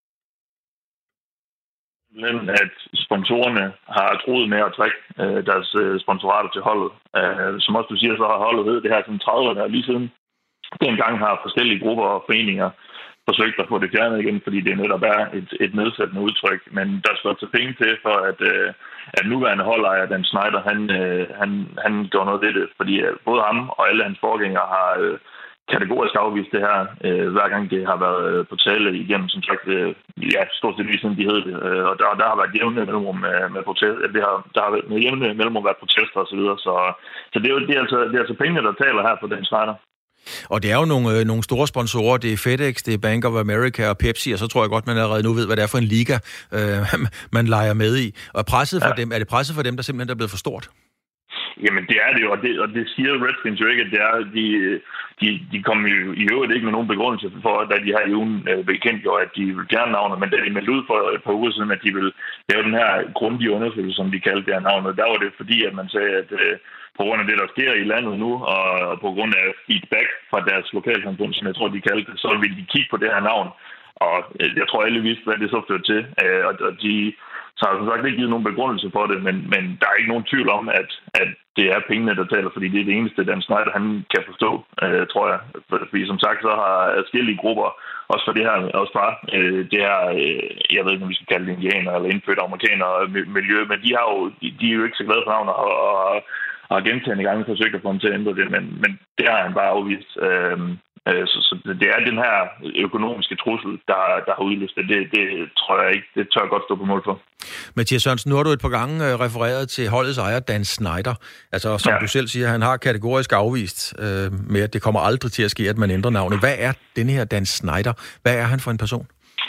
At sponsorerne har troet med at trække deres sponsorater til holdet. Som også du siger, så har holdet ved det her siden 30'erne, og lige siden dengang har forskellige grupper og foreninger forsøgt at få det fjernet igen, fordi det netop er et nedsættende udtryk. Men der skal altså penge til for, at nuværende holdejer, Dan Snyder, han gjorde noget ved det, fordi både ham og alle hans forgængere har kategorisk afvist det her, hver gang det har været på tale igennem, som sagt, stort set lige siden de hed det. Og der har været jævne mellemrum med protester, der har været med jævne mellemrum været protester og så videre. Så det er altså pengene, der taler her for Dan Snyder. Og det er jo nogle store sponsorer. Det er FedEx, det er Bank of America og Pepsi, og så tror jeg godt, man allerede nu ved, hvad det er for en liga, man leger med i. Og presset for dem, er det presset for dem, der simpelthen er blevet for stort? Jamen, det er det jo, og det siger Redskins jo ikke, at det er, de kom jo i øvrigt ikke med nogen begrundelse for, da de her i ugen bekendtgjorde, at de vil fjerne navnet, men da de meldte ud for et par uger siden, at de vil lave den her grundige undersøgelse, som de kaldte det her navnet, der var det fordi, at man sagde, at på grund af det, der sker i landet nu, og på grund af feedback fra deres lokalsamfund, som jeg tror, de kaldte det, så vil de kigge på det her navn. Og jeg tror, alle vidste, hvad det så førte til. Og de så har som sagt ikke givet nogen begrundelse for det, men der er ikke nogen tvivl om, at det er pengene, der taler, fordi det er det eneste, Dan Snyder, han kan forstå, tror jeg. Fordi som sagt, så har adskillige grupper, også for det her, også fra det her, jeg ved ikke, om vi skal kalde det indianer eller indfødte amerikanere miljø, men de er jo ikke så glade for navnet, og har gentagende gange forsøgt at få ham til at ændre det, men det har han bare afvist. Så det er den her økonomiske trussel, der har udløst det. Det tror jeg ikke, det tør jeg godt stå på mål for. Mathias Sørensen, nu har du et par gange refereret til holdets ejer, Dan Snyder. Altså, som du selv siger, han har kategorisk afvist med, at det kommer aldrig til at ske, at man ændrer navnet. Hvad er denne her Dan Snyder? Hvad er han for en person?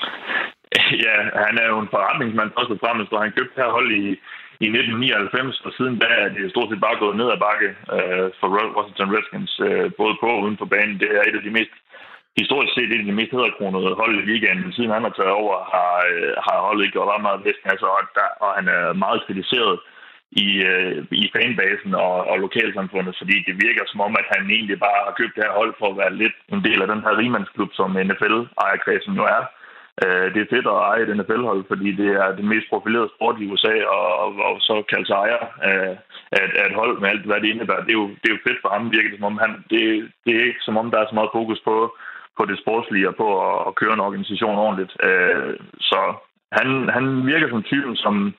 Ja, han er jo en forretningsmand, først og fremmest, og han købte her hold i 1999, og siden da er det stort set bare gået ned ad bakke for Washington Redskins, både på og uden for banen. Det er et af de mest, historisk set, et af de mest hæderkronede hold i ligaen. Men siden han har taget over, har holdet ikke gjort ret meget væsen. Altså, og han er meget kritiseret i fanbasen og lokalsamfundet, fordi det virker som om, at han egentlig bare har købt det her hold for at være lidt en del af den her rimandsklub, som NFL-ejerkredsen jo er. Det er fedt at eje et NFL-hold, fordi det er det mest profilerede sport i USA, og så kalde sig ejer af et hold med alt, hvad det indebærer. Det er jo fedt for ham, virker det som om det er ikke som om, der er så meget fokus på det sportslige og på at køre en organisation ordentligt. Så han virker som typen,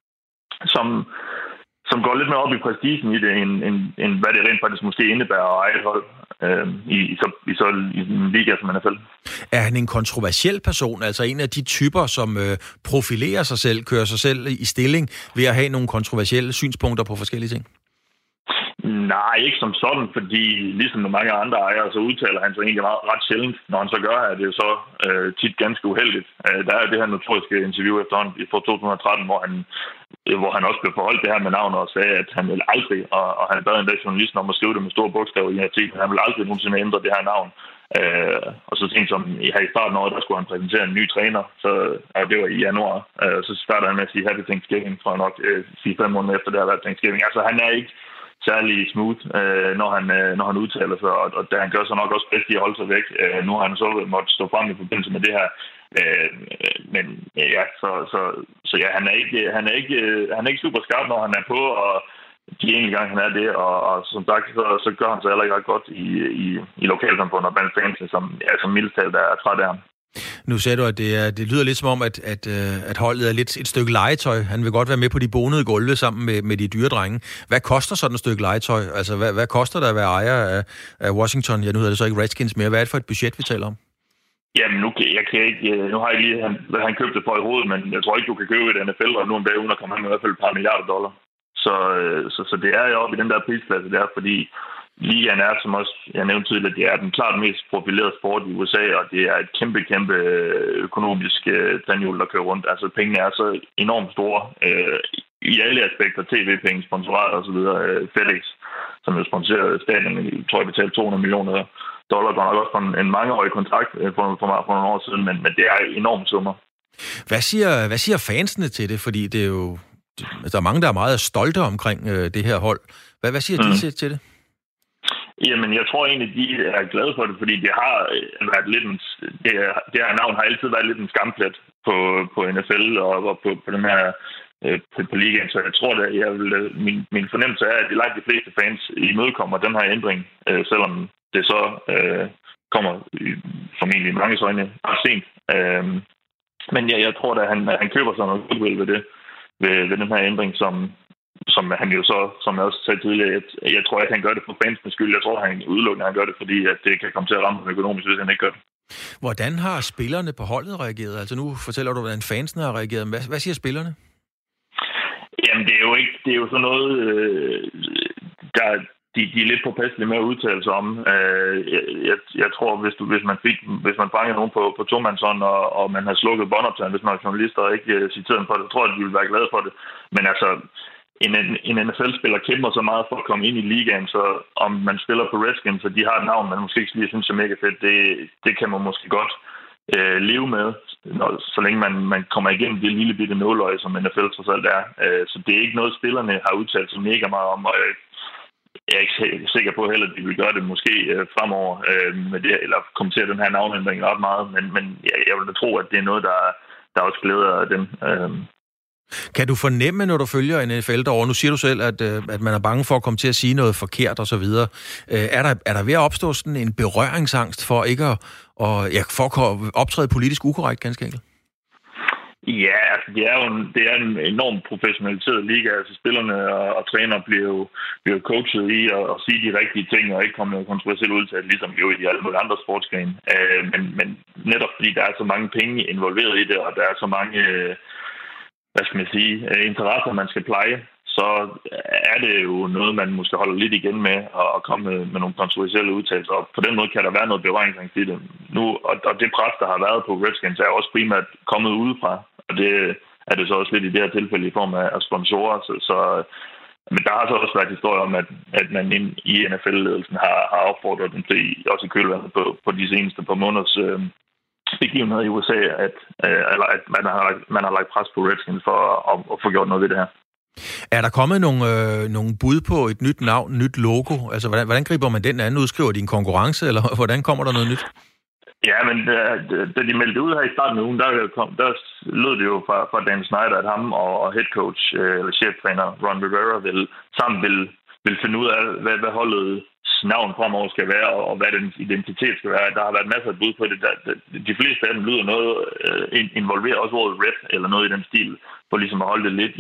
som går lidt mere op i prestigen i det, end hvad det rent faktisk måske indebærer at eje et hold i en liga som NFL. Er han en kontroversiel person, altså en af de typer, som profilerer sig selv, kører sig selv i stilling ved at have nogle kontroversielle synspunkter på forskellige ting? Nej, ikke som sådan, fordi ligesom med mange andre ejere, så udtaler han sig egentlig ret sjældent. Når han så gør, er det jo så tit ganske uheldigt. Der er det her notoriske interview efterhånden fra 2013, hvor han også blev forholdt det her med navnet og sagde, at han ville aldrig, og han bad endda journalisten om at skrive det med store bogstaver i en artikel, han ville aldrig nogensinde ændre det her navn. Og så sent som her i starten af året, der skulle han præsentere en ny træner, og det var i januar. Så starter han med at sige Happy Thanksgiving, tror jeg nok, sige 5 måneder efter det har været Thanksgiving. Altså han er ikke særlig smooth, når han udtaler sig, og da han gør så nok også bedst i at holde sig væk. Nu har han så måttet stå frem i forbindelse med det her. Men ja, så ja, han er ikke super skarp, når han er på, og de enkelte gange han er det, og som sagt, så gør han sig heller ikke ret godt i lokalsamfundet og blandt fans, som mildest talt er træt af ham. Nu sagde du, at det lyder lidt som om, at holdet er lidt et stykke legetøj. Han vil godt være med på de bonede gulve sammen med de dyre drenge. Hvad koster sådan et stykke legetøj? Altså, hvad koster der at være ejer af Washington? Ja, nu hedder det så ikke Redskins mere. Hvad er det for et budget, vi taler om? Jamen, nu har jeg lige, han købte det for i hovedet, men jeg tror ikke, du kan købe et NFL, og nu om dagen, uden at komme med i hvert fald et par milliarder dollar. Så det er jo oppe i den der prisklasse der, fordi ligaen er, som også jeg nævnte tidligere, det er den klart mest profilerede sport i USA, og det er et kæmpe økonomisk tandhjul, der kører rundt. Altså pengene er så enormt store i alle aspekter, tv-penge, sponsorater osv. FedEx, som jo sponsorerer staten, jeg tror jeg betalte $200 million, går nok også på en mangeårig kontrakt for nogle år siden, men det er enormt summer. Hvad siger fansene til det? Fordi det er jo, der er mange, der er meget stolte omkring det her hold. Hvad siger de til det? Jamen, jeg tror egentlig, de er glade for det, fordi det har været lidt det her navn har altid været lidt en skamplet på NFL og på den her på ligaen, så jeg tror, at min fornemmelse er, at de langt de fleste fans imødekommer den her ændring, selvom det så kommer formentlig i mange øjne ret sent. Men jeg tror, at han køber sig noget goodwill ved den her ændring, som han jo så, som jeg også sagde tidligere, jeg tror ikke, han gør det for fansens skyld. Jeg tror, han udelukkende han gør det, fordi at det kan komme til at ramme ham økonomisk, hvis han ikke gør det. Hvordan har spillerne på holdet reageret? Altså nu fortæller du, hvordan fansene har reageret. Hvad siger spillerne? Jamen, det er jo sådan noget, der de er lidt påpasselige med at udtale sig om. Jeg tror, hvis man fanger nogen på tomandshånd, og man har slukket båndoptageren, hvis man er journalister og ikke citeret dem for det, tror jeg, at de vil være glade for det. Men altså, en NFL-spiller kæmper så meget for at komme ind i ligaen, så om man spiller på Redskins, så de har et navn, man måske ikke lige synes er mega fedt, det kan man måske godt leve med, så længe man kommer igennem det lille bitte nåløje, som NFL trods alt er. Så det er ikke noget, spillerne har udtalt sig mega meget om, og jeg er ikke sikker på heller, at de vil gøre det måske fremover, med det, eller kommentere den her navnændring ret meget, men jeg vil da tro, at det er noget, der også glæder dem. Kan du fornemme, når du følger NFL derovre? Nu siger du selv, at man er bange for at komme til at sige noget forkert og så videre. Er der ved at opstå sådan en berøringsangst for ikke for at optræde politisk ukorrekt, ganske enkelt? Ja, altså det er en enormt professionaliseret liga. Altså spillerne og trænere bliver coachet i at sige de rigtige ting og ikke komme med kontroversielle udtalelser, ligesom jo i alle mulige andre sportsgrene. Men netop fordi der er så mange penge involveret i det, og der er så mange interesser, man skal pleje, så er det jo noget, man måske holder lidt igen med at komme med nogle kontroversielle udtalelser. Og på den måde kan der være noget berøringsangst i det. Nu, og det pres, der har været på Redskins, er også primært kommet udefra. Og det er det så også lidt i det her tilfælde i form af sponsorer. Men der har så også været historier om, at man i NFL-ledelsen har opfordret dem til, også i kølvandet på de seneste par måneders begivenheder i USA, at man har lagt pres på Redskins for at få gjort noget ved det her. Er der kommet nogle bud på et nyt navn, nyt logo? Altså, hvordan griber man den anden? Udskriver de en konkurrence, eller hvordan kommer der noget nyt? Ja, men da de meldte ud her i starten af ugen, der lød det jo fra Dan Snyder, at ham og head coach, eller cheftræner Ron Rivera, sammen vil finde ud af, hvad holdets navn fremover skal være, og hvad dens identitet skal være. Der har været masser af bud på det. De fleste af dem lyder noget, involverer også ordet rep, eller noget i den stil, for ligesom at holde det lidt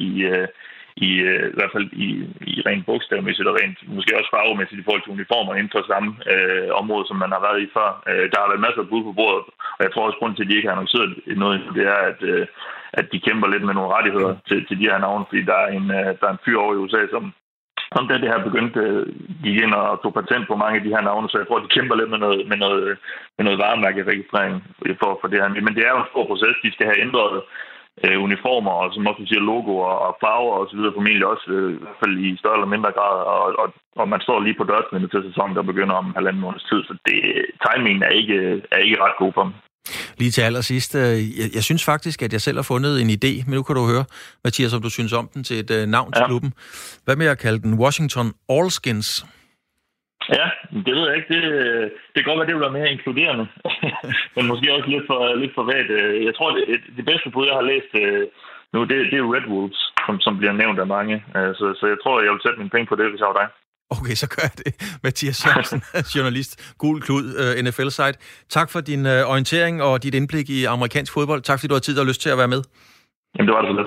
i hvert fald i rent bogstavmæssigt og rent, måske også farvemæssigt i forhold til uniformer inden for samme område, som man har været i før. Der har været masser af bud på bordet, og jeg tror også, grund til, at de ikke har annonceret noget, det er, at de kæmper lidt med nogle rettigheder til de her navne, fordi der er en fyr over i USA, som da det her begyndte, gik ind og tog patent på mange af de her navne, så jeg tror, de kæmper lidt med noget varemærkeregistrering for det her. Men det er jo en stor proces, de skal have ændret uniformer, og som også siger logoer og farver og så videre, formentlig også i hvert fald i større eller mindre grad, og man står lige på dørtrinnet til sæsonen, der begynder om 1,5 måneds tid, så timingen er ikke ret god for dem. Lige til allersidst, jeg synes faktisk, at jeg selv har fundet en idé, men nu kan du høre, Mathias, om du synes om den til et navn til klubben. Hvad med at kalde den Washington Allskins? Ja, det ved jeg ikke. Det kan godt være, det vil være mere inkluderende, men måske også lidt for vagt. Jeg tror, det bedste bud, jeg har læst nu, det er Red Wolves, som bliver nævnt af mange. Så jeg tror, jeg vil sætte mine penge på det, hvis jeg var dig. Okay, så gør jeg det. Mathias Sørensen, journalist, Gul Klud, NFL-site. Tak for din orientering og dit indblik i amerikansk fodbold. Tak fordi du har tid og lyst til at være med. Jamen, det var det så lidt.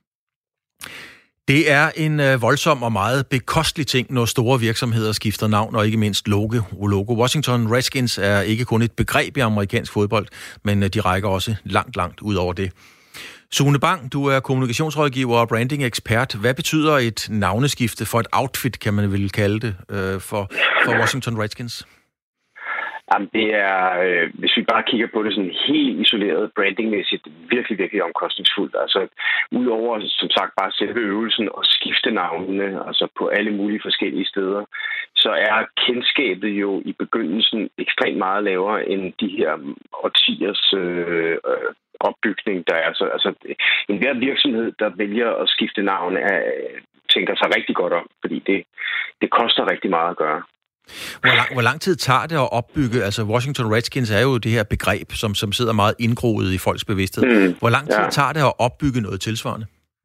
Det er en voldsom og meget bekostelig ting, når store virksomheder skifter navn, og ikke mindst logo. Washington Redskins er ikke kun et begreb i amerikansk fodbold, men de rækker også langt ud over det. Sune Bang, du er kommunikationsrådgiver og branding-ekspert. Hvad betyder et navneskifte for et outfit, kan man vel kalde det, for Washington Redskins? Jamen, det er, hvis vi bare kigger på det sådan helt isoleret brandingmæssigt, virkelig, virkelig omkostningsfuldt. Altså, udover, som sagt, bare selve øvelsen og skifte navnene, altså på alle mulige forskellige steder, så er kendskabet jo i begyndelsen ekstremt meget lavere end de her årtiers opbygning, der er. Altså, enhver virksomhed, der vælger at skifte navn, tænker sig rigtig godt om, fordi det koster rigtig meget at gøre. Hvor lang tid tager det at opbygge? Altså Washington Redskins er jo det her begreb, som sidder meget indgroet i folks bevidsthed. Hvor lang tid tager det at opbygge noget tilsvarende?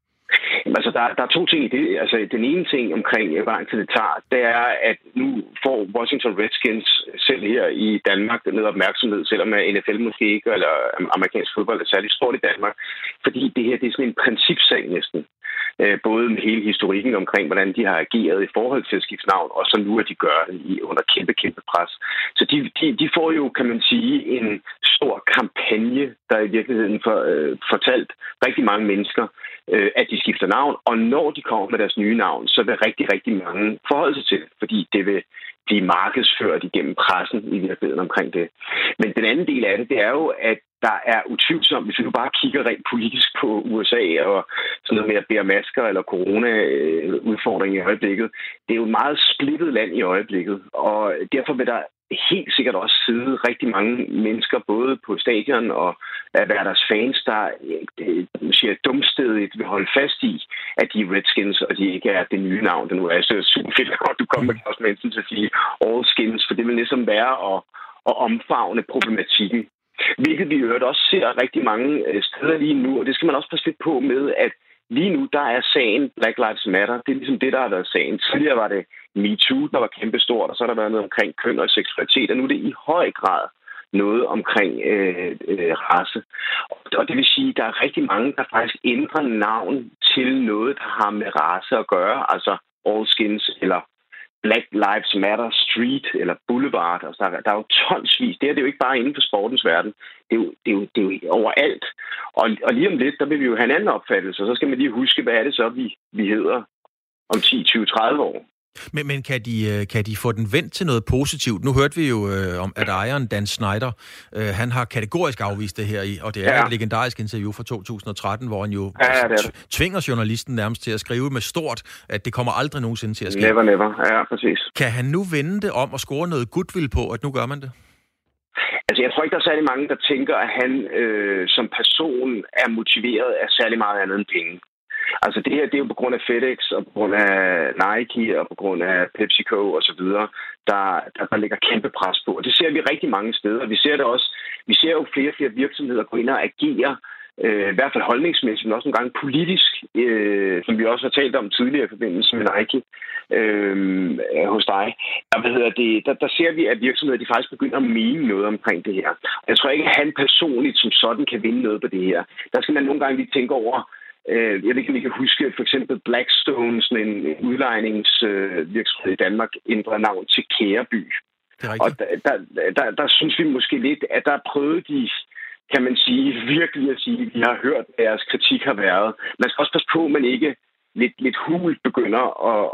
Altså, der er to ting i det. Altså, den ene ting omkring, hvor lang tid det tager, det er, at nu får Washington Redskins selv her i Danmark noget opmærksomhed, selvom NFL måske ikke, eller amerikansk fodbold er særlig stort i Danmark. Fordi det her, det er sådan en principsag næsten. Både med hele historikken omkring, hvordan de har ageret i forhold til at skifte navn, og så nu, at de gør det under kæmpe pres. Så de får jo, kan man sige, en stor kampagne, der i virkeligheden fortalt rigtig mange mennesker, at de skifter navn, og når de kommer med deres nye navn, så vil rigtig mange forholde sig til det, fordi det vil blive markedsført igennem pressen i virkeligheden omkring det. Men den anden del af det, det er jo, at der er utvivlsomt, hvis vi nu bare kigger rent politisk på USA og sådan noget med at bære masker eller corona-udfordring i øjeblikket. Det er jo et meget splittet land i øjeblikket, og derfor vil der helt sikkert også sidde rigtig mange mennesker, både på stadion og at være deres fans, der siger dumstedigt vil holde fast i, at de er Redskins, og de ikke er det nye navn, det nu er. Så super fedt, at du kommer med også med til at sige All Skins, for det vil ligesom være at omfavne problematikken. Hvilket vi jo også ser rigtig mange steder lige nu, og det skal man også passe lidt på med, at lige nu, der er sagen Black Lives Matter. Det er ligesom det, der har været sagen. Tidligere var det MeToo, der var kæmpestort, og så har der været noget omkring køn og seksualitet, og nu er det i høj grad noget omkring race. Og det vil sige, at der er rigtig mange, der faktisk ændrer navn til noget, der har med race at gøre, altså All Skins eller Black Lives Matter Street eller Boulevard. Altså, der er jo tonsvis. Det er jo ikke bare inden for sportens verden. Det er jo overalt. Og lige om lidt, der vil vi jo have en anden opfattelse. Og så skal man lige huske, hvad er det så, vi hedder om 10, 20, 30 år. Men kan de få den vendt til noget positivt? Nu hørte vi jo om, at ejeren Dan Snyder, han har kategorisk afvist det her, og det er et legendarisk interview fra 2013, hvor han jo tvinger journalisten nærmest til at skrive med stort, at det kommer aldrig nogensinde til at ske. Never. Ja, præcis. Kan han nu vende det om og score noget goodwill på, at nu gør man det? Altså, jeg tror ikke, der er særlig mange, der tænker, at han som person er motiveret af særlig meget andet end penge. Altså det her, det er jo på grund af FedEx, og på grund af Nike, og på grund af PepsiCo og så videre, der ligger kæmpe pres på. Og det ser vi rigtig mange steder. Vi ser det også. Vi ser jo flere og flere virksomheder gå ind og agere, i hvert fald holdningsmæssigt, men også nogle gange politisk, som vi også har talt om tidligere i forbindelse med Nike hos dig. Der ser vi, at virksomheder de faktisk begynder at mene noget omkring det her. Og jeg tror ikke, at han personligt som sådan kan vinde noget på det her. Der skal man nogle gange lige tænke over. Jeg ved ikke, om I kan huske, for eksempel Blackstone, sådan en udlejningsvirksomhed i Danmark, ændrede navn til Kæreby. Og der synes vi måske lidt, at der prøvede de, kan man sige, virkelig at sige, at vi har hørt, at deres kritik har været. Man skal også passe på, at man ikke lidt hult begynder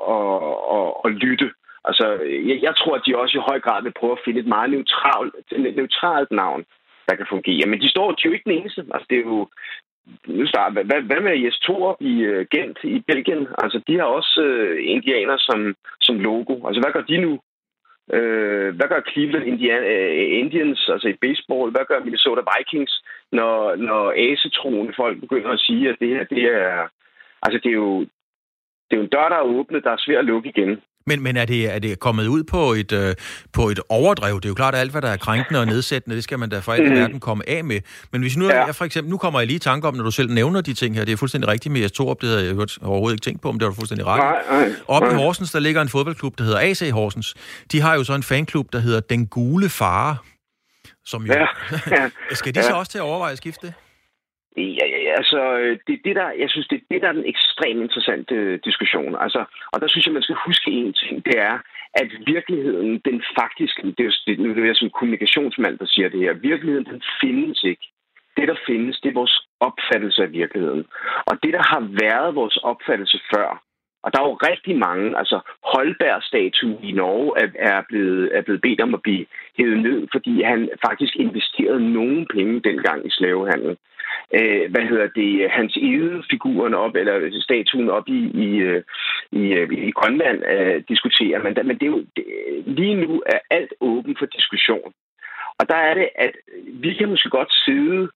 at lytte. Altså, jeg tror, at de også i høj grad vil prøve at finde et meget neutralt navn, der kan fungere. Men de er jo ikke den eneste. Altså, det er jo hvad med Jes Torup i Gent i Belgien? Altså, de har også indianer som logo. Altså, hvad gør de nu? Hvad gør Cleveland Indians, altså i baseball? Hvad gør Minnesota Vikings, når asetroende folk begynder at sige, at det her, det er... Altså, det er jo en dør, der er åbnet, der er svært at lukke igen. Men er det kommet ud på et overdrev? Det er jo klart, at alt, hvad der er krænkende og nedsættende, det skal man da for alt i verden komme af med. Men hvis for eksempel, nu kommer jeg lige i tanke om, når du selv nævner de ting her, det er fuldstændig rigtigt med Jes Torup, det havde jeg overhovedet ikke tænkt på, om det var fuldstændig ret. Oppe i Horsens, der ligger en fodboldklub, der hedder AC Horsens. De har jo så en fanklub, der hedder Den Gule Fare, som jo... Skal de så også til at overveje at skifte det? Ja, altså, jeg synes, det er den ekstremt interessante diskussion. Altså, og der synes jeg, man skal huske en ting, det er, at virkeligheden, den faktisk, nu er jeg som kommunikationsmand, der siger det her, virkeligheden, den findes ikke. Det, der findes, det er vores opfattelse af virkeligheden. Og det, der har været vores opfattelse før, og der er jo rigtig mange, altså Holberg-statuen i Norge er blevet bedt om at blive hævet ned, fordi han faktisk investerede nogle penge dengang i slavehandel. Hans Egede-figuren op, eller statuen op i Grønland diskuterer man. Men det er jo, lige nu er alt åben for diskussion. Og der er det, at vi kan måske godt sidde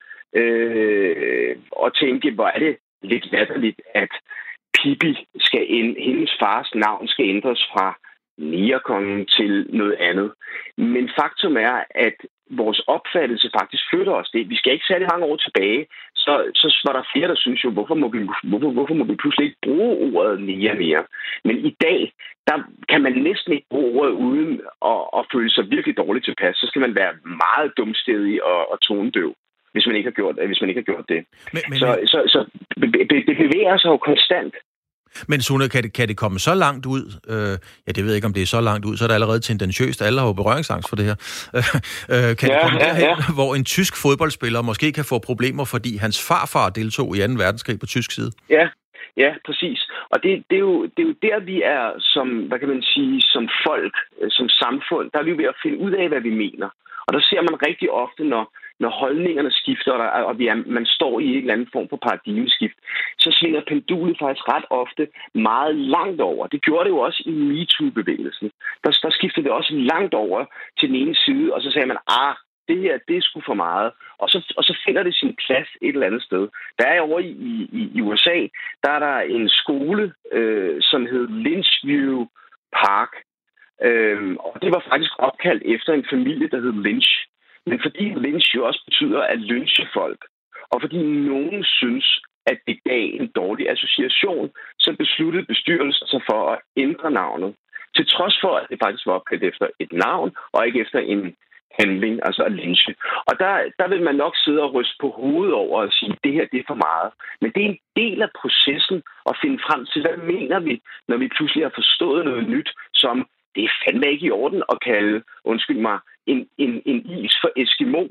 og tænke, hvor er det lidt latterligt, at Pippi hendes fars navn skal ændres fra Negerkongen til noget andet. Men faktum er, at vores opfattelse faktisk flytter os det. Vi skal ikke særlig mange år tilbage, så var der flere, der synes jo, hvorfor må vi pludselig ikke bruge ordet neger mere? Men i dag, der kan man næsten ikke bruge ordet uden at føle sig virkelig dårligt tilpas. Så skal man være meget dumstædig og tonedøv, hvis man ikke har gjort det. Så det bevæger sig jo konstant. Men Sune, kan det komme så langt ud? Det ved jeg ikke, om det er så langt ud, så er det allerede tendentiøst. Alle har jo berøringsangst for det her. Kan det komme derhen, hvor en tysk fodboldspiller måske kan få problemer, fordi hans farfar deltog i 2. verdenskrig på tysk side? Ja, præcis. Og det er jo der, vi er som, hvad kan man sige, som folk, som samfund, der er vi jo ved at finde ud af, hvad vi mener. Og der ser man rigtig ofte, når holdningerne skifter, og man står i en eller anden form for paradigmeskift, så svinger pendulet faktisk ret ofte meget langt over. Det gjorde det jo også i MeToo-bevægelsen. Der skiftede det også langt over til den ene side, og så sagde man, det her, det er sgu for meget. Og så finder det sin plads et eller andet sted. Der er over i USA, der er der en skole, som hed Lynchview Park, og det var faktisk opkaldt efter en familie, der hed Lynch. Men fordi lynch jo også betyder at lynche folk, og fordi nogen synes, at det gav en dårlig association, så besluttede bestyrelsen sig for at ændre navnet. Til trods for, at det faktisk var opkaldt efter et navn, og ikke efter en handling, altså at lynche. Og der vil man nok sidde og ryste på hovedet over og sige, det her, det er for meget. Men det er en del af processen at finde frem til, hvad mener vi, når vi pludselig har forstået noget nyt, som det er fandme ikke i orden at kalde, undskyld mig, en is for Eskimo.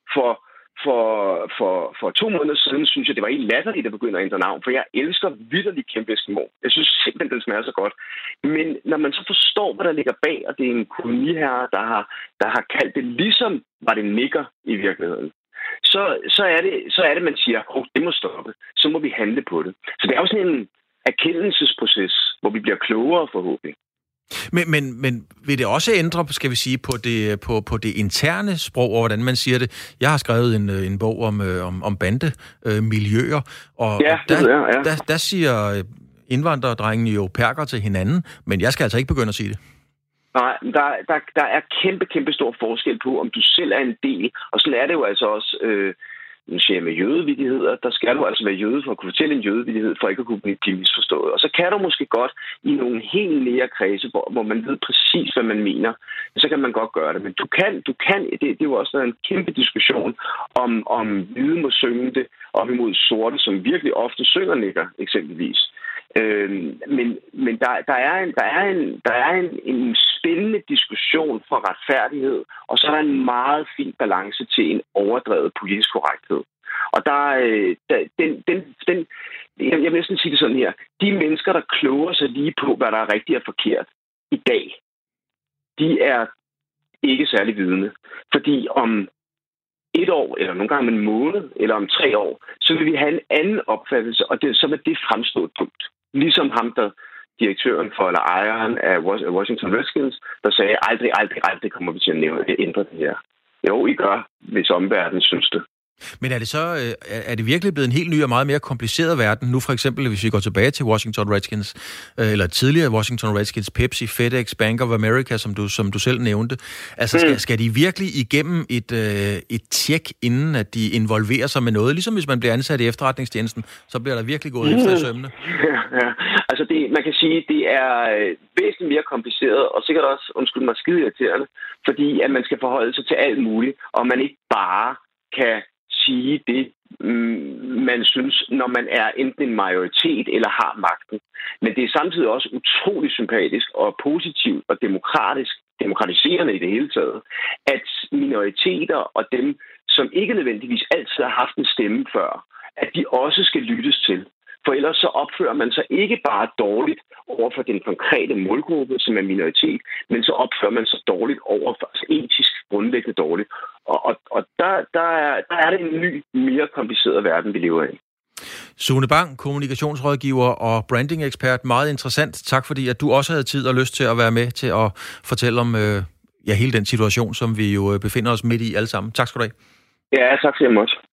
For 2 måneder siden synes jeg, det var helt latterligt at begynde at ændre navn, for jeg elsker vitterligt kæmpe Eskimo. Jeg synes simpelthen, den smager så godt. Men når man så forstår, hvad der ligger bag, og det er en koloniherre, der har kaldt det ligesom var det nigger i virkeligheden, så er det, man siger, det må stoppe. Så må vi handle på det. Så det er jo sådan en erkendelsesproces, hvor vi bliver klogere forhåbentlig. Men vil det også ændre, skal vi sige, på det interne sprog, og hvordan man siger det? Jeg har skrevet en bog om bandemiljøer, og der siger indvandrerdrengene jo perker til hinanden, men jeg skal altså ikke begynde at sige det. Nej, der er kæmpe stor forskel på, om du selv er en del, og sådan er det jo altså også nu siger jeg med jødevidigheder, der skal du altså være jøde for at kunne fortælle en jødevidighed, for ikke at kunne blive misforstået. Og så kan du måske godt i nogle helt nære kredse, hvor man ved præcis, hvad man mener, så kan man godt gøre det. Men du kan det er jo også en kæmpe diskussion om hvide må synge det op imod sorte, som virkelig ofte synger nigger, eksempelvis. Men der er en spændende diskussion for retfærdighed, og så er der en meget fin balance til en overdrevet politisk korrekthed. Og jeg vil næsten sige det sådan her, de mennesker, der kloger sig lige på, hvad der er rigtigt og forkert i dag, de er ikke særlig vidende. Fordi om 1 år, eller nogle gange om en måned, eller om 3 år, så vil vi have en anden opfattelse, og så vil det fremstå dumt. Ligesom ham, direktøren for, eller ejeren af Washington Redskins, der sagde, aldrig kommer vi til at ændre det her. Jo, I gør, hvis omverdenen synes det. Men er det så, er det virkelig blevet en helt ny og meget mere kompliceret verden? Nu for eksempel, hvis vi går tilbage til Washington Redskins, eller tidligere Washington Redskins, Pepsi, FedEx, Bank of America, som du selv nævnte. Altså, skal de virkelig igennem et tjek, inden at de involverer sig med noget? Ligesom hvis man bliver ansat i efterretningstjenesten, så bliver der virkelig gået efter i sømmene. Ja. Altså, man kan sige, det er væsentligt mere kompliceret, og sikkert også, undskyld mig, skide irriterende, fordi at man skal forholde sig til alt muligt, og man ikke bare kan sige det, man synes, når man er enten en majoritet eller har magten. Men det er samtidig også utrolig sympatisk og positivt og demokratiserende i det hele taget, at minoriteter og dem, som ikke nødvendigvis altid har haft en stemme før, at de også skal lyttes til. For ellers så opfører man sig ikke bare dårligt over for den konkrete målgruppe, som er minoritet, men så opfører man sig dårligt over for, altså etisk grundlæggende dårligt. Og der er det en ny, mere kompliceret verden, vi lever i. Sune Bang, kommunikationsrådgiver og branding-ekspert. Meget interessant. Tak fordi, at du også havde tid og lyst til at være med til at fortælle om hele den situation, som vi jo befinder os midt i alle sammen. Tak skal du have. Ja, tak så meget.